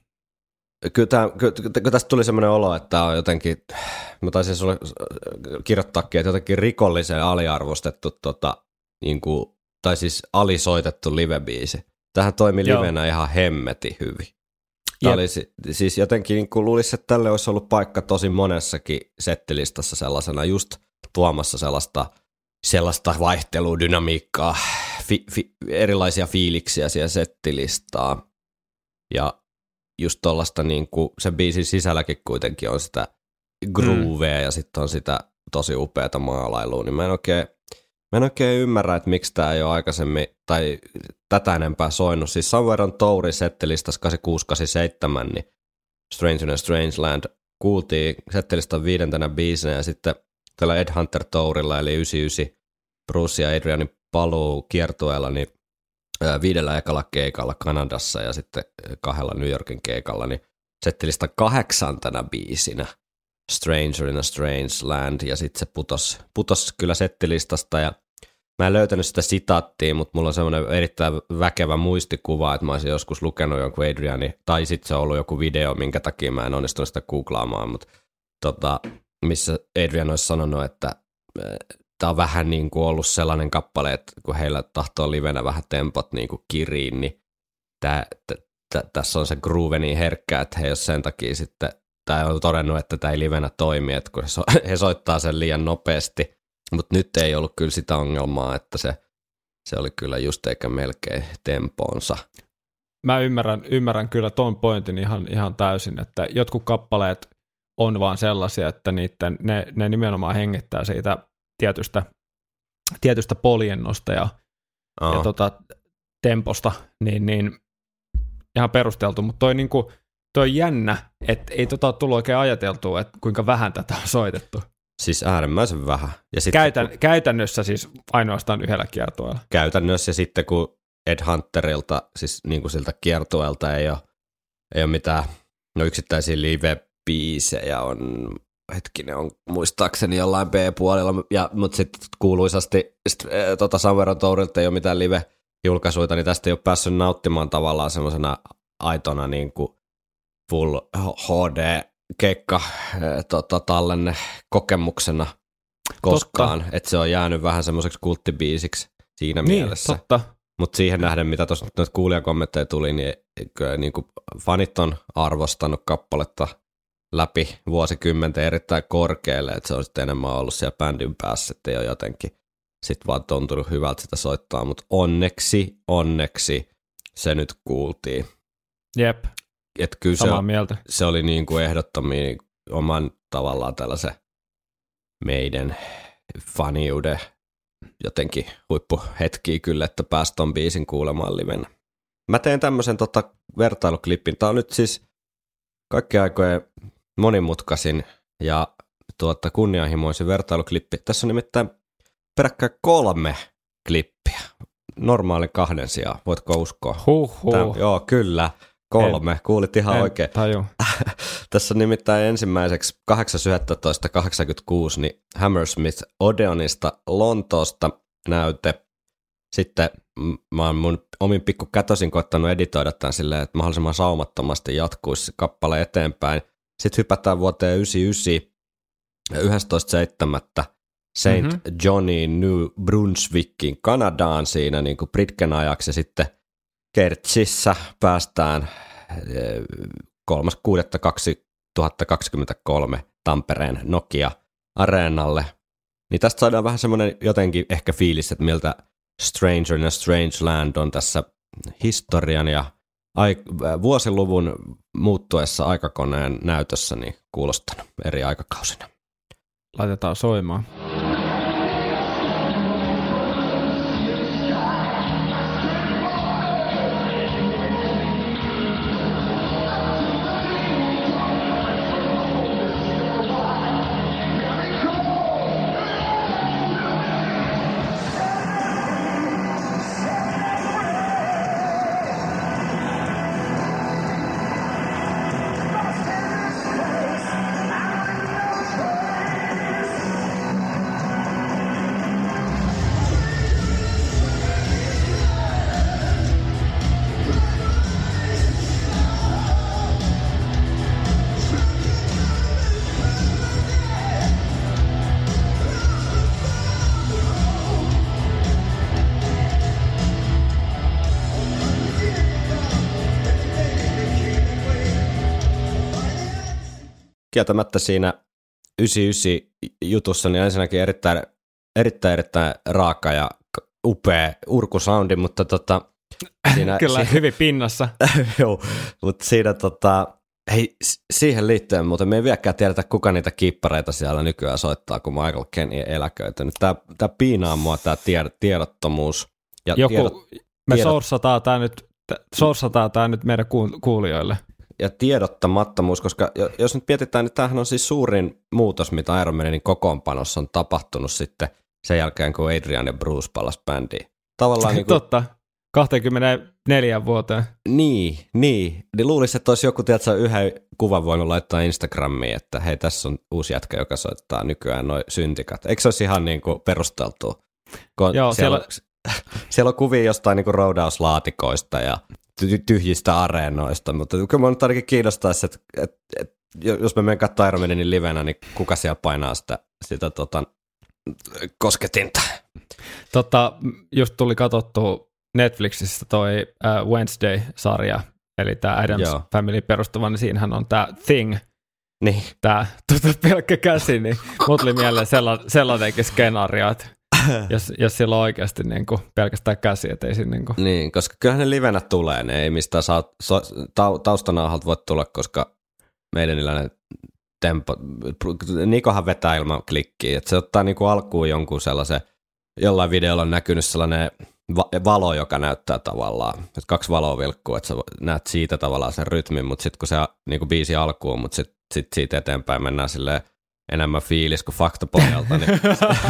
Kyllä tästä tuli semmoinen olo, että tämä on jotenkin, mä taisin sulle kirjoittaakin, että jotenkin rikollisen aliarvostettu, niin kuin, tai siis alisoitettu live-biisi. Tähän toimi livenä ihan hemmetin hyvin. Tämä oli siis jotenkin niin kuin luulisi, että tälle olisi ollut paikka tosi monessakin settilistassa sellaisena, just tuomassa sellaista vaihtelua, dynamiikkaa, erilaisia fiiliksiä siihen settilistaan. Ja just tuollaista, niin kuin sen biisin sisälläkin kuitenkin on sitä groovea ja sitten on sitä tosi upeata maalailua, niin mä en oikein ymmärrä, että miksi tämä ei ole aikaisemmin, tai tätä enempää soinut. Siis Somewhere on Tourin settilistassa 86-87, niin Stranger in Strangeland kuultiin settilistan 5. biisinä, ja sitten tällä Ed Hunter Tourilla, eli 99 Bruce ja Adrianin paluu kiertueella, niin 5 ekalla keikalla Kanadassa ja sitten 2 New Yorkin keikalla, niin settilistan 8. biisinä Stranger in a Strange Land, ja sitten se putos kyllä settilistasta, ja mä en löytänyt sitä sitaattia, mutta mulla on semmoinen erittäin väkevä muistikuva, että mä olisin joskus lukenut jonkun Adrianin, tai sitten se on ollut joku video, minkä takia mä en onnistunut sitä googlaamaan, mutta missä Adrian olisi sanonut, että tämä on vähän niin kuin ollut sellainen kappale, että kun heillä tahtoo livenä vähän tempot niin kuin kiriin, niin tässä on se groove niin herkkä, että he jos sen takia sitten, tai on todennut, että tämä ei livenä toimi, että kun he soittaa sen liian nopeasti, mutta nyt ei ollut kyllä sitä ongelmaa, että se oli kyllä just eikä melkein tempoonsa. Mä ymmärrän kyllä ton pointin ihan täysin, että jotkut kappaleet on vaan sellaisia, että ne nimenomaan hengittää siitä tietystä poljennosta ja temposta, niin ihan perusteltu, mutta toi jännä, että ei tullut oikein ajateltua, että kuinka vähän tätä on soitettu. Siis äärimmäisen vähän. Ja käytännössä siis ainoastaan 1 kiertueella. Käytännössä, ja sitten kun Ed Hunterilta, siis niin kuin siltä kiertueelta ei ole mitään yksittäisiä live-biisejä, on muistaakseni jollain B-puolella, mutta sitten kuuluisasti Somewhere on Tourilta ei ole mitään live-julkaisuita, niin tästä ei ole päässyt nauttimaan tavallaan semmoisena aitona niin kuin full HD-keikka tallenne kokemuksena koskaan, että se on jäänyt vähän semmoiseksi kulttibiisiksi siinä mielessä. Mutta siihen nähden, mitä tuossa nyt kuulijakommentteja tuli, niin kyllä niin kuin fanit on arvostanut kappaletta läpi vuosikymmenten erittäin korkealle, että se on sitten enemmän ollut siellä bändin päässä, että ei ole jotenkin sitten vaan tuntunut hyvältä sitä soittaa, mutta onneksi se nyt kuultiin. Jep, että kyllä samaa mieltä. Se oli niin kuin ehdottomia oman tavallaan tällaisen meidän faniuden jotenkin huippuhetkiä kyllä, että pääsi ton biisin kuulemaan livenä. Mä teen tämmöisen vertailuklippin. Tää on nyt siis kaikkien aikojen monimutkaisin ja kunnianhimoisin vertailuklippi. Tässä on nimittäin peräkkäin 3 klippiä. Normaali 2 sijaan, voitko uskoa? Joo, kyllä. 3, kuulit ihan oikein. Tässä on nimittäin ensimmäiseksi 8.11.86 niin Hammersmith Odeonista Lontoosta näyte. Sitten mä oon mun omin pikku kätösin koittanut editoida tämän silleen, että mahdollisimman saumattomasti jatkuisi kappale eteenpäin. Sitten hypätään vuoteen 1999, 11.7. St. Johnny New Brunswickin Kanadaan siinä niin kuin Britken ajaksi, ja sitten Kertsissä päästään 3.6.2023 Tampereen Nokia-areenalle. Niin tästä saadaan vähän semmoinen jotenkin ehkä fiilis, että miltä Stranger in a Strange Land on tässä historian ja vuosiluvun muuttuessa aikakoneen näytössä niin kuulostanut eri aikakausina. Laitetaan soimaan. kieltämättä siinä 99 jutussa niin ensinnäkin erittäin raaka ja upea urkusoundi, mutta siinä, Kyllä, hyvin pinnassa. Joo, mutta siinä hei, siihen liittyen muuten me ei vieläkään tiedetä, kuka niitä kiippareita siellä nykyään soittaa, kun Michael Kenny eläköitynyt. Tämä piinaa mua, tämä tiedottomuus. Ja me soursataan tämä nyt meidän kuulijoille. Ja tiedottamattomuus, koska jos nyt mietitään, niin tämähän on siis suurin muutos, mitä Iron Maiden kokoonpanossa on tapahtunut sitten sen jälkeen, kun Adrian ja Bruce palasi bändiin. Tavallaan niin kuin, totta, 24 vuoteen. Niin luulisi, että olisi joku, tiedätkö, yhden kuvan voinut laittaa Instagramiin, että hei, tässä on uusi jätkä, joka soittaa nykyään noi syntikat. Eikö se olisi ihan niin kuin perusteltua? Joo, siellä on kuvia jostain niin kuin roudauslaatikoista ja tyhjistä areenoista, mutta kyllä minua nyt ainakin kiinnostaisi, että jos me menen katsomaan Iron Maidenin livenä, niin kuka siellä painaa sitä kosketinta. Just tuli katsottua Netflixistä toi Wednesday-sarja, eli tämä Addams Family perustuva, niin siinähän on tämä Thing, niin. tämä pelkkä käsi, niin mut tuli mieleen sellainenkin skenaario, että jos sillä on oikeasti niin kuin pelkästään käsi, ettei siinä niin kuin. Niin, koska kyllähän ne livenä tulee, ne ei mistään taustanauhalta voi tulla, koska meidänilläinen tempo, Nikohan vetää ilman klikkiä, että se ottaa niin kuin alkuun jonkun sellaisen, jollain videolla on näkynyt sellainen valo, joka näyttää tavallaan, että 2 valoa vilkkuu, että sä näet siitä tavallaan sen rytmin, mutta sitten kun se niin kuin biisi alkuun, mutta sitten siitä eteenpäin mennään silleen enemmän fiilis kuin faktapohjalta. Niin.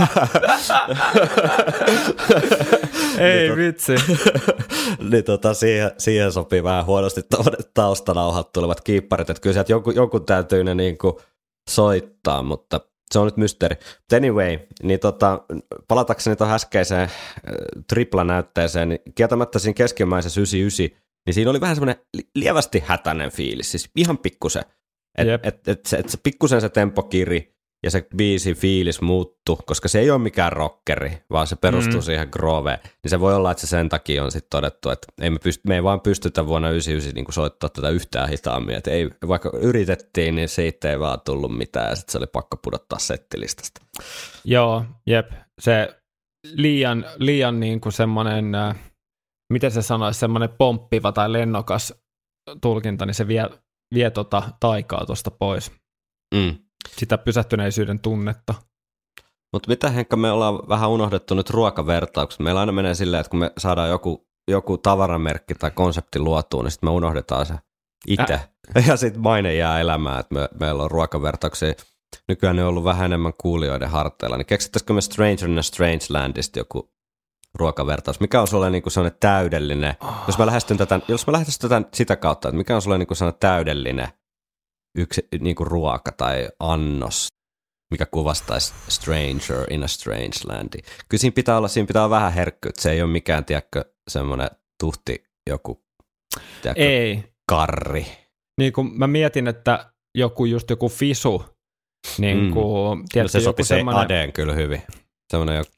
Ei vitsi. Niin siihen sopii vähän huonosti taustanauhat tulevat kiipparit, että kyllä sieltä jonkun täytyy ne niinku soittaa, mutta se on nyt mysteeri. But anyway, niin palatakseni tuohon äskeiseen triplanäytteeseen, niin kieltämättä siinä keskimmäisessä 99, niin siinä oli vähän semmoinen lievästi hätäinen fiilis, siis ihan pikkusen. Että se pikkusen se tempo kiri ja se biisi fiilis muuttu, koska se ei ole mikään rockeri, vaan se perustuu siihen grooveen, niin se voi olla, että se sen takia on sitten todettu, että me ei vaan pystytä vuonna 99 niin soittaa tätä yhtään hitaammin, että ei, vaikka yritettiin, niin siitä ei vaan tullut mitään ja sitten se oli pakko pudottaa settilistasta. Joo, jep, se liian niin kuin semmoinen, miten se sanoisi, semmoinen pomppiva tai lennokas tulkinta, niin se vie taikaa tuosta pois. Sitä pysähtyneisyyden tunnetta. Mutta mitä Henkka, me ollaan vähän unohdettu nyt ruokavertaukset. Meillä aina menee silleen, että kun me saadaan joku tavaramerkki tai konsepti luotua, niin sitten me unohdetaan se itse. Ja sitten maine jää elämään, että meillä on ruokavertauksia. Nykyään ne on ollut vähän enemmän kuulijoiden harteilla. Niin keksittäisikö me Stranger in a Strange Landista joku ruokavertaus? Mikä on sulle niinku sellainen täydellinen, jos mä lähestyn tätä sitä kautta, että mikä on sulle niinku sellainen täydellinen yksi niinku ruoka tai annos, mikä kuvastaisi Stranger in a Strange Landi? Kyllä siinä pitää olla vähän herkkyyttä, se ei ole mikään, tiedätkö, semmoinen tuhti joku, tiedätkö, ei. Karri. Niin kuin mä mietin, että joku fisu, niin kuin, tiedätkö, se sopii semmoinen Adeen kyllä hyvin. Semmoinen joku.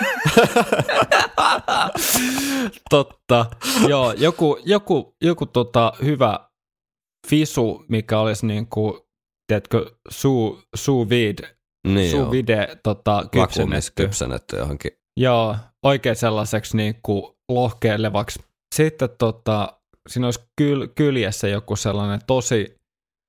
Totta. Joo, joku hyvä fisu, mikä olisi niinku, tiedätkö, sous vide kypsennetty johonkin. Joo, oikein sellaiseksi niinku lohkeilevaksi. Sitten siinä olisi kyljessä joku sellainen tosi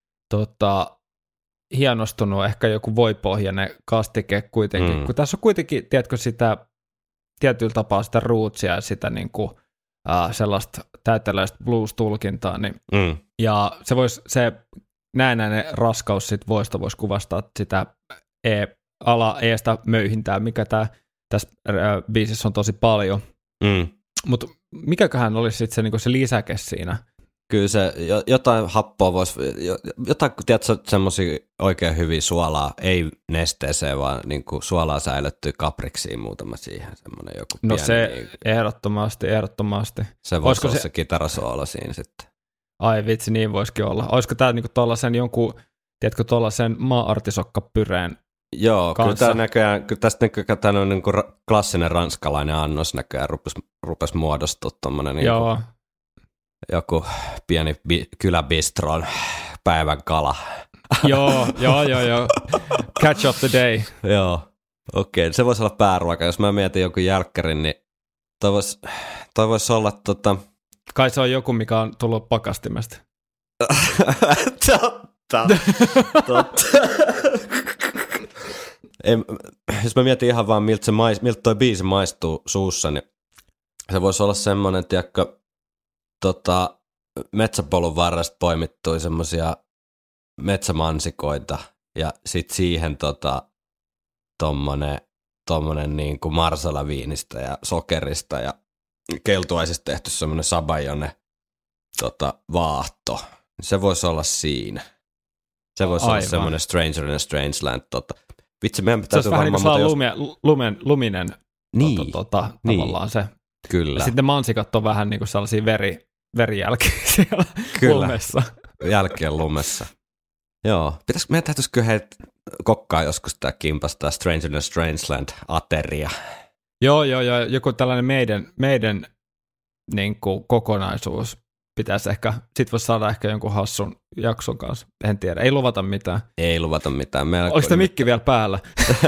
hienostunut, ehkä joku voipohjainen kastike kuitenkin, kun tässä on kuitenkin, tiedätkö, sitä tietyllä tapaa sitä rootsia ja sitä niinku, sellaista täyteläistä blues-tulkintaa, niin, ja se näennäinen raskaus sit voista voisi kuvastaa sitä ala-eestä möyhintää, mikä tässä biisissä on tosi paljon, mutta mikäköhän olisi sitten se, niinku se lisäke siinä? Kyllä se jotain happoa voisi, jotain, tiedätkö, semmoisia oikein hyviä suolaa, ei nesteeseen, vaan niin kuin suolaa säilyttyä kapriksiin muutama siihen, semmoinen joku pieni. No se ehdottomasti. Se voisi olla se kitarasoolo siinä sitten. Ai vitsi, niin voisikin olla. Olisiko tämä niinku tuollaisen jonkun, tiedätkö, tuollaisen maa-artisokkapyreen Joo, kanssa? Kyllä tästä näköjään tämä on niin kuin klassinen ranskalainen annos näköjään rupesi muodostua tuommoinen niin joku pieni kyläbistron päivän kala. Joo. Catch of the day. Joo, okei. Se voisi olla pääruoka. Jos mä mietin joku jälkkärin, niin toi vois olla Kai se on joku, mikä on tullut pakastimesta. Totta. Jos mä mietin ihan vaan, miltä toi biisi maistuu suussa, niin se voisi olla semmoinen, tiedätkö, metsäpolun varresta poimittui semmoisia metsämansikoita ja sit siihen tommonen niin kuin marsalaviinistä ja sokerista ja keltuaisista tehty semmoinen sabajone vaahto. Se voisi olla siinä. Se voisi olla semmoinen Stranger in a Strangeland. Vitsi, meidän pitää se olisi vähän niin kuin luminen niin, tavallaan se. Kyllä. Ja sitten mansikat on vähän niin kuin sellaisia verijälkiä siellä lumessa. Jälkeen lumessa. Joo. Meidän täytyisikö heitä kokkaa joskus tää kimpasta Stranger in a Strangeland ateria. Joo. Joku tällainen meidän niin kuin kokonaisuus pitäisi ehkä, sit voisi saada ehkä jonkun hassun jakson kanssa. En tiedä, ei luvata mitään. Ei luvata mitään. Oliko tämä mikki vielä päällä?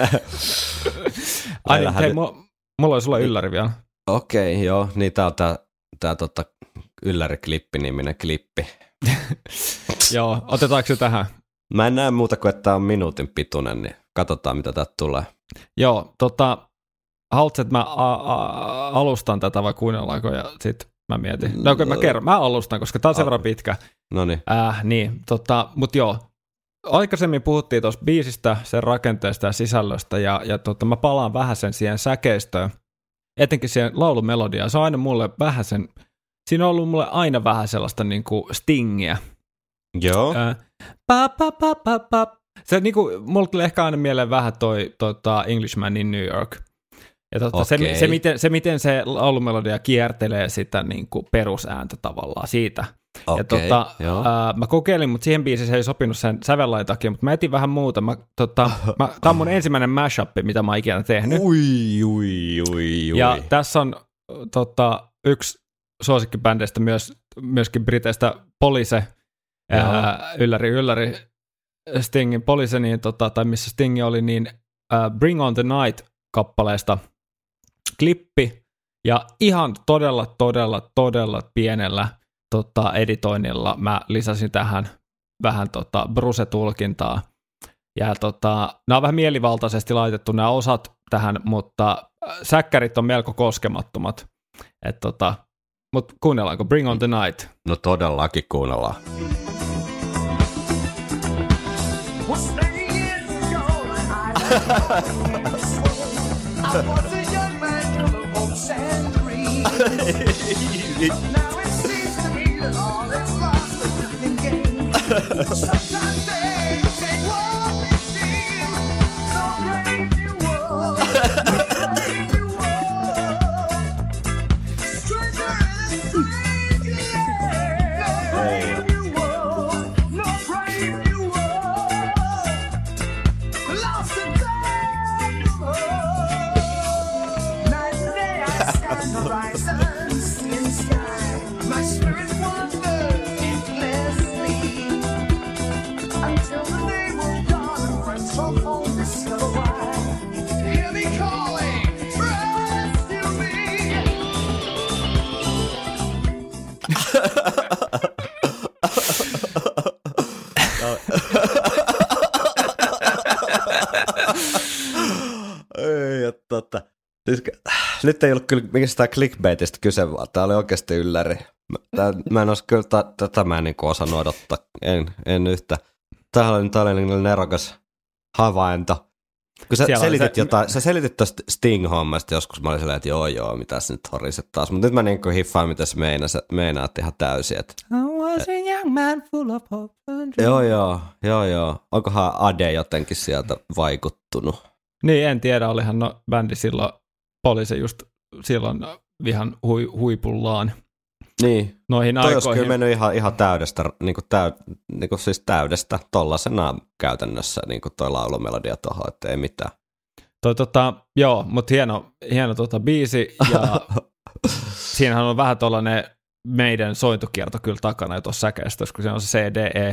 Hei, mulla oli sulla ylläri vielä. Okei, joo. Niin tää on tää ylläriklippi-niminen klippi. Joo, otetaanko se tähän? Mä en näe muuta kuin, että tää on minuutin pituinen, niin katsotaan mitä täältä tulee. Joo, haluatko, että mä alustan tätä vai kuunnellaanko ja sit mä mietin. Mä alustan, koska tää on sen verran pitkä. Noniin. Mut joo. Aikaisemmin puhuttiin tuossa biisistä, sen rakenteesta ja sisällöstä ja mä palaan vähän sen siihen säkeistöön. Etenkin siihen laulumelodiaan. Se on aina mulle vähän sen, siinä on ollut mulle aina vähän sellaista niinku stingiä. Joo. Se niinku, mulle tulee ehkä aina mieleen vähän toi Englishman in New York. Ja se, miten se laulumelodia kiertelee sitä niinku perusääntä tavallaan siitä. Okay, ja mä kokeilin, mutta siihen biisiin se ei sopinut sen sävellain takia, mutta mä etin vähän muuta. Tää on mun ensimmäinen mashup, mitä mä oon ikinä tehnyt. Ui. Ja tässä on yksi suosikkibändeistä myöskin Briteistä Police, ylläri Stingin Police, niin, tai missä Sting oli, niin Bring on the Night-kappaleesta klippi, ja ihan todella pienellä editoinnilla mä lisäsin tähän vähän Bruce-tulkintaa. Ja nämä on vähän mielivaltaisesti laitettu nämä osat tähän, mutta säkkärit on melko koskemattomat. Mutta kuunnellaanko Bring on the Night? No todellakin kuunnellaan. Nyt ei ollut kyllä mistään clickbaitista kyse, vaan tämä oli oikeasti ylläri. Mä en olisi kyllä, tätä mä en niin osannut odottaa, en yhtä. Tämä oli niin nerokas havainto. Kun sä selitit tuosta Sting-hommasta joskus, mä olin silleen, että joo, mitäs nyt horiset taas. Mutta nyt mä niin hiffaan, mitä se meinaat ihan täysin. I was a young man full of hope and dreams. Joo. Onkohan Ade jotenkin sieltä vaikuttunut? Niin, en tiedä, olihan bändi silloin, Police just silloin ihan huipullaan. Niin, noihin toi aikoihin. Olisi kyllä mennyt ihan täydestä, siis täydestä tollasena käytännössä niin kuin toi laulumelodia tuohon, että ei mitään. Joo, mutta hieno biisi, ja siinähän on vähän tollainen meidän sointukierto kyllä takana jo tuossa säkeistössä, kun se on se CDE,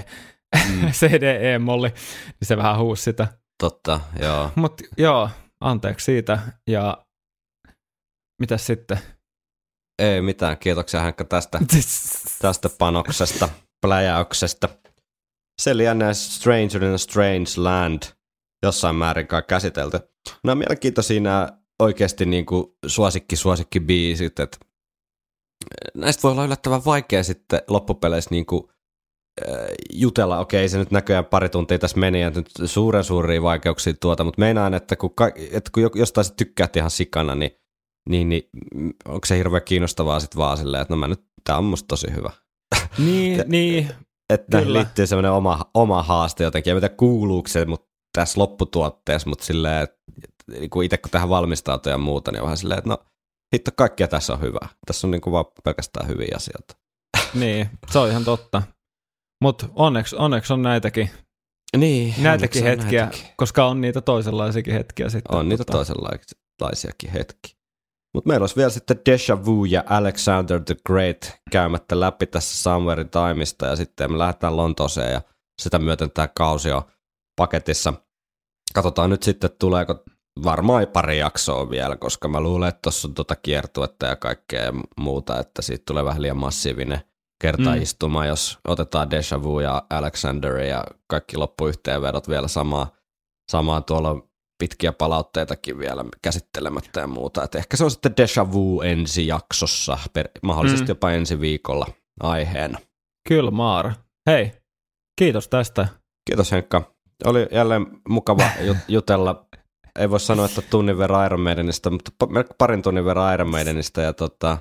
CDE-molli, niin se vähän huusi sitä. Totta, joo. Mutta joo, anteeksi siitä. Ja mitäs sitten? Ei mitään, kiitoksia Henkka tästä panoksesta, pläjäyksestä. Se lienee Stranger in a Strange Land jossain määrin käsitelty. Nämä on mielenkiintoisia nämä oikeasti niinku suosikkibiisit, että näistä voi olla yllättävän vaikea sitten loppupeleissä niinku jutella. Okei, se nyt näköjään pari tuntia tässä meni ja nyt suuria vaikeuksia mutta meinaan, että kun jostain sä tykkäät ihan sikana, niin onko se hirveän kiinnostavaa sitten vaan silleen, että no tää on musta tosi hyvä. Niin, että kyllä. Liittyy semmoinen oma haaste jotenkin, ja mitä kuuluuko se tässä lopputuotteessa, mutta silleen, että itse kun tähän valmistautuu ja muuta, niin on vähän silleen, että no hitto, kaikkea tässä on hyvä. Tässä on niinku vaan pelkästään hyviä asioita. Niin, se on ihan totta. Mutta onneksi on näitäkin. Niin, näitäkin hetkiä, koska on niitä toisenlaisiakin hetkiä sitten. On niitä toisenlaisiakin hetkiä. Mutta meillä olisi vielä sitten Deja Vu ja Alexander the Great käymättä läpi tässä Somewhere in Timeista, ja sitten me lähdetään Lontooseen, ja sitä myöten tämä kausi on paketissa. Katsotaan nyt sitten, tuleeko varmaan pari jaksoa vielä, koska mä luulen, että tuossa on kiertuetta ja kaikkea muuta, että siitä tulee vähän liian massiivinen kertaistuma, jos otetaan Deja Vu ja Alexander ja kaikki loppuyhteenvedot vielä samaa tuolla on pitkiä palautteitakin vielä käsittelemättä ja muuta. Et ehkä se on sitten Deja Vu ensi jaksossa, mahdollisesti jopa ensi viikolla aiheena. Kyllä, Maara. Hei, kiitos tästä. Kiitos Henkka. Oli jälleen mukava jutella. Ei voi sanoa, että tunnin verran Iron Maidenistä, mutta parin tunnin verran Iron Maidenistä. Ja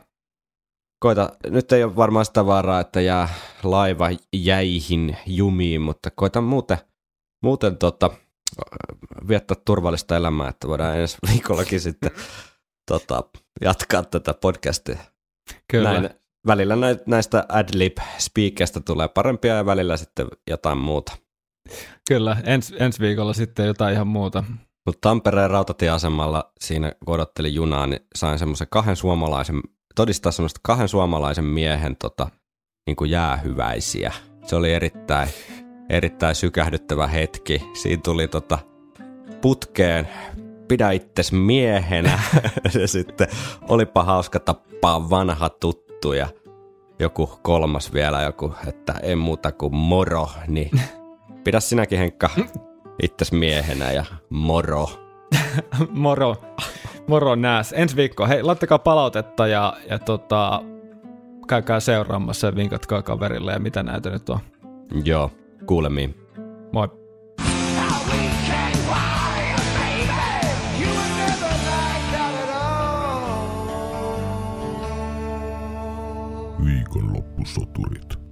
nyt ei ole varmaan sitä vaaraa, että jää laiva jäihin jumiin, mutta koita muuten viettää turvallista elämää, että voidaan ensi viikollakin sitten jatkaa tätä podcastia. Kyllä. Välillä näistä adlib-speakeista tulee parempia ja välillä sitten jotain muuta. Kyllä, ensi viikolla sitten jotain ihan muuta. Mutta Tampereen rautatieasemalla siinä kun odottelin junaa, niin sain semmoisen todistaa semmoista 2 suomalaisen miehen niin kuin jäähyväisiä. Se oli erittäin sykähdyttävä hetki. Siinä tuli putkeen, pidä itses miehenä. Ja sitten olipa hauska tappaa vanha tuttu ja joku kolmas vielä, että ei muuta kuin moro. Niin pidä sinäkin Henkka itses miehenä ja moro. Moro nääs. Ensi viikko. Hei, laittakaa palautetta ja käykää seuraamassa ja vinkatkaa kaverille ja mitä näitä nyt on. Joo, kuulemiin. Moi. Viikonloppusoturit.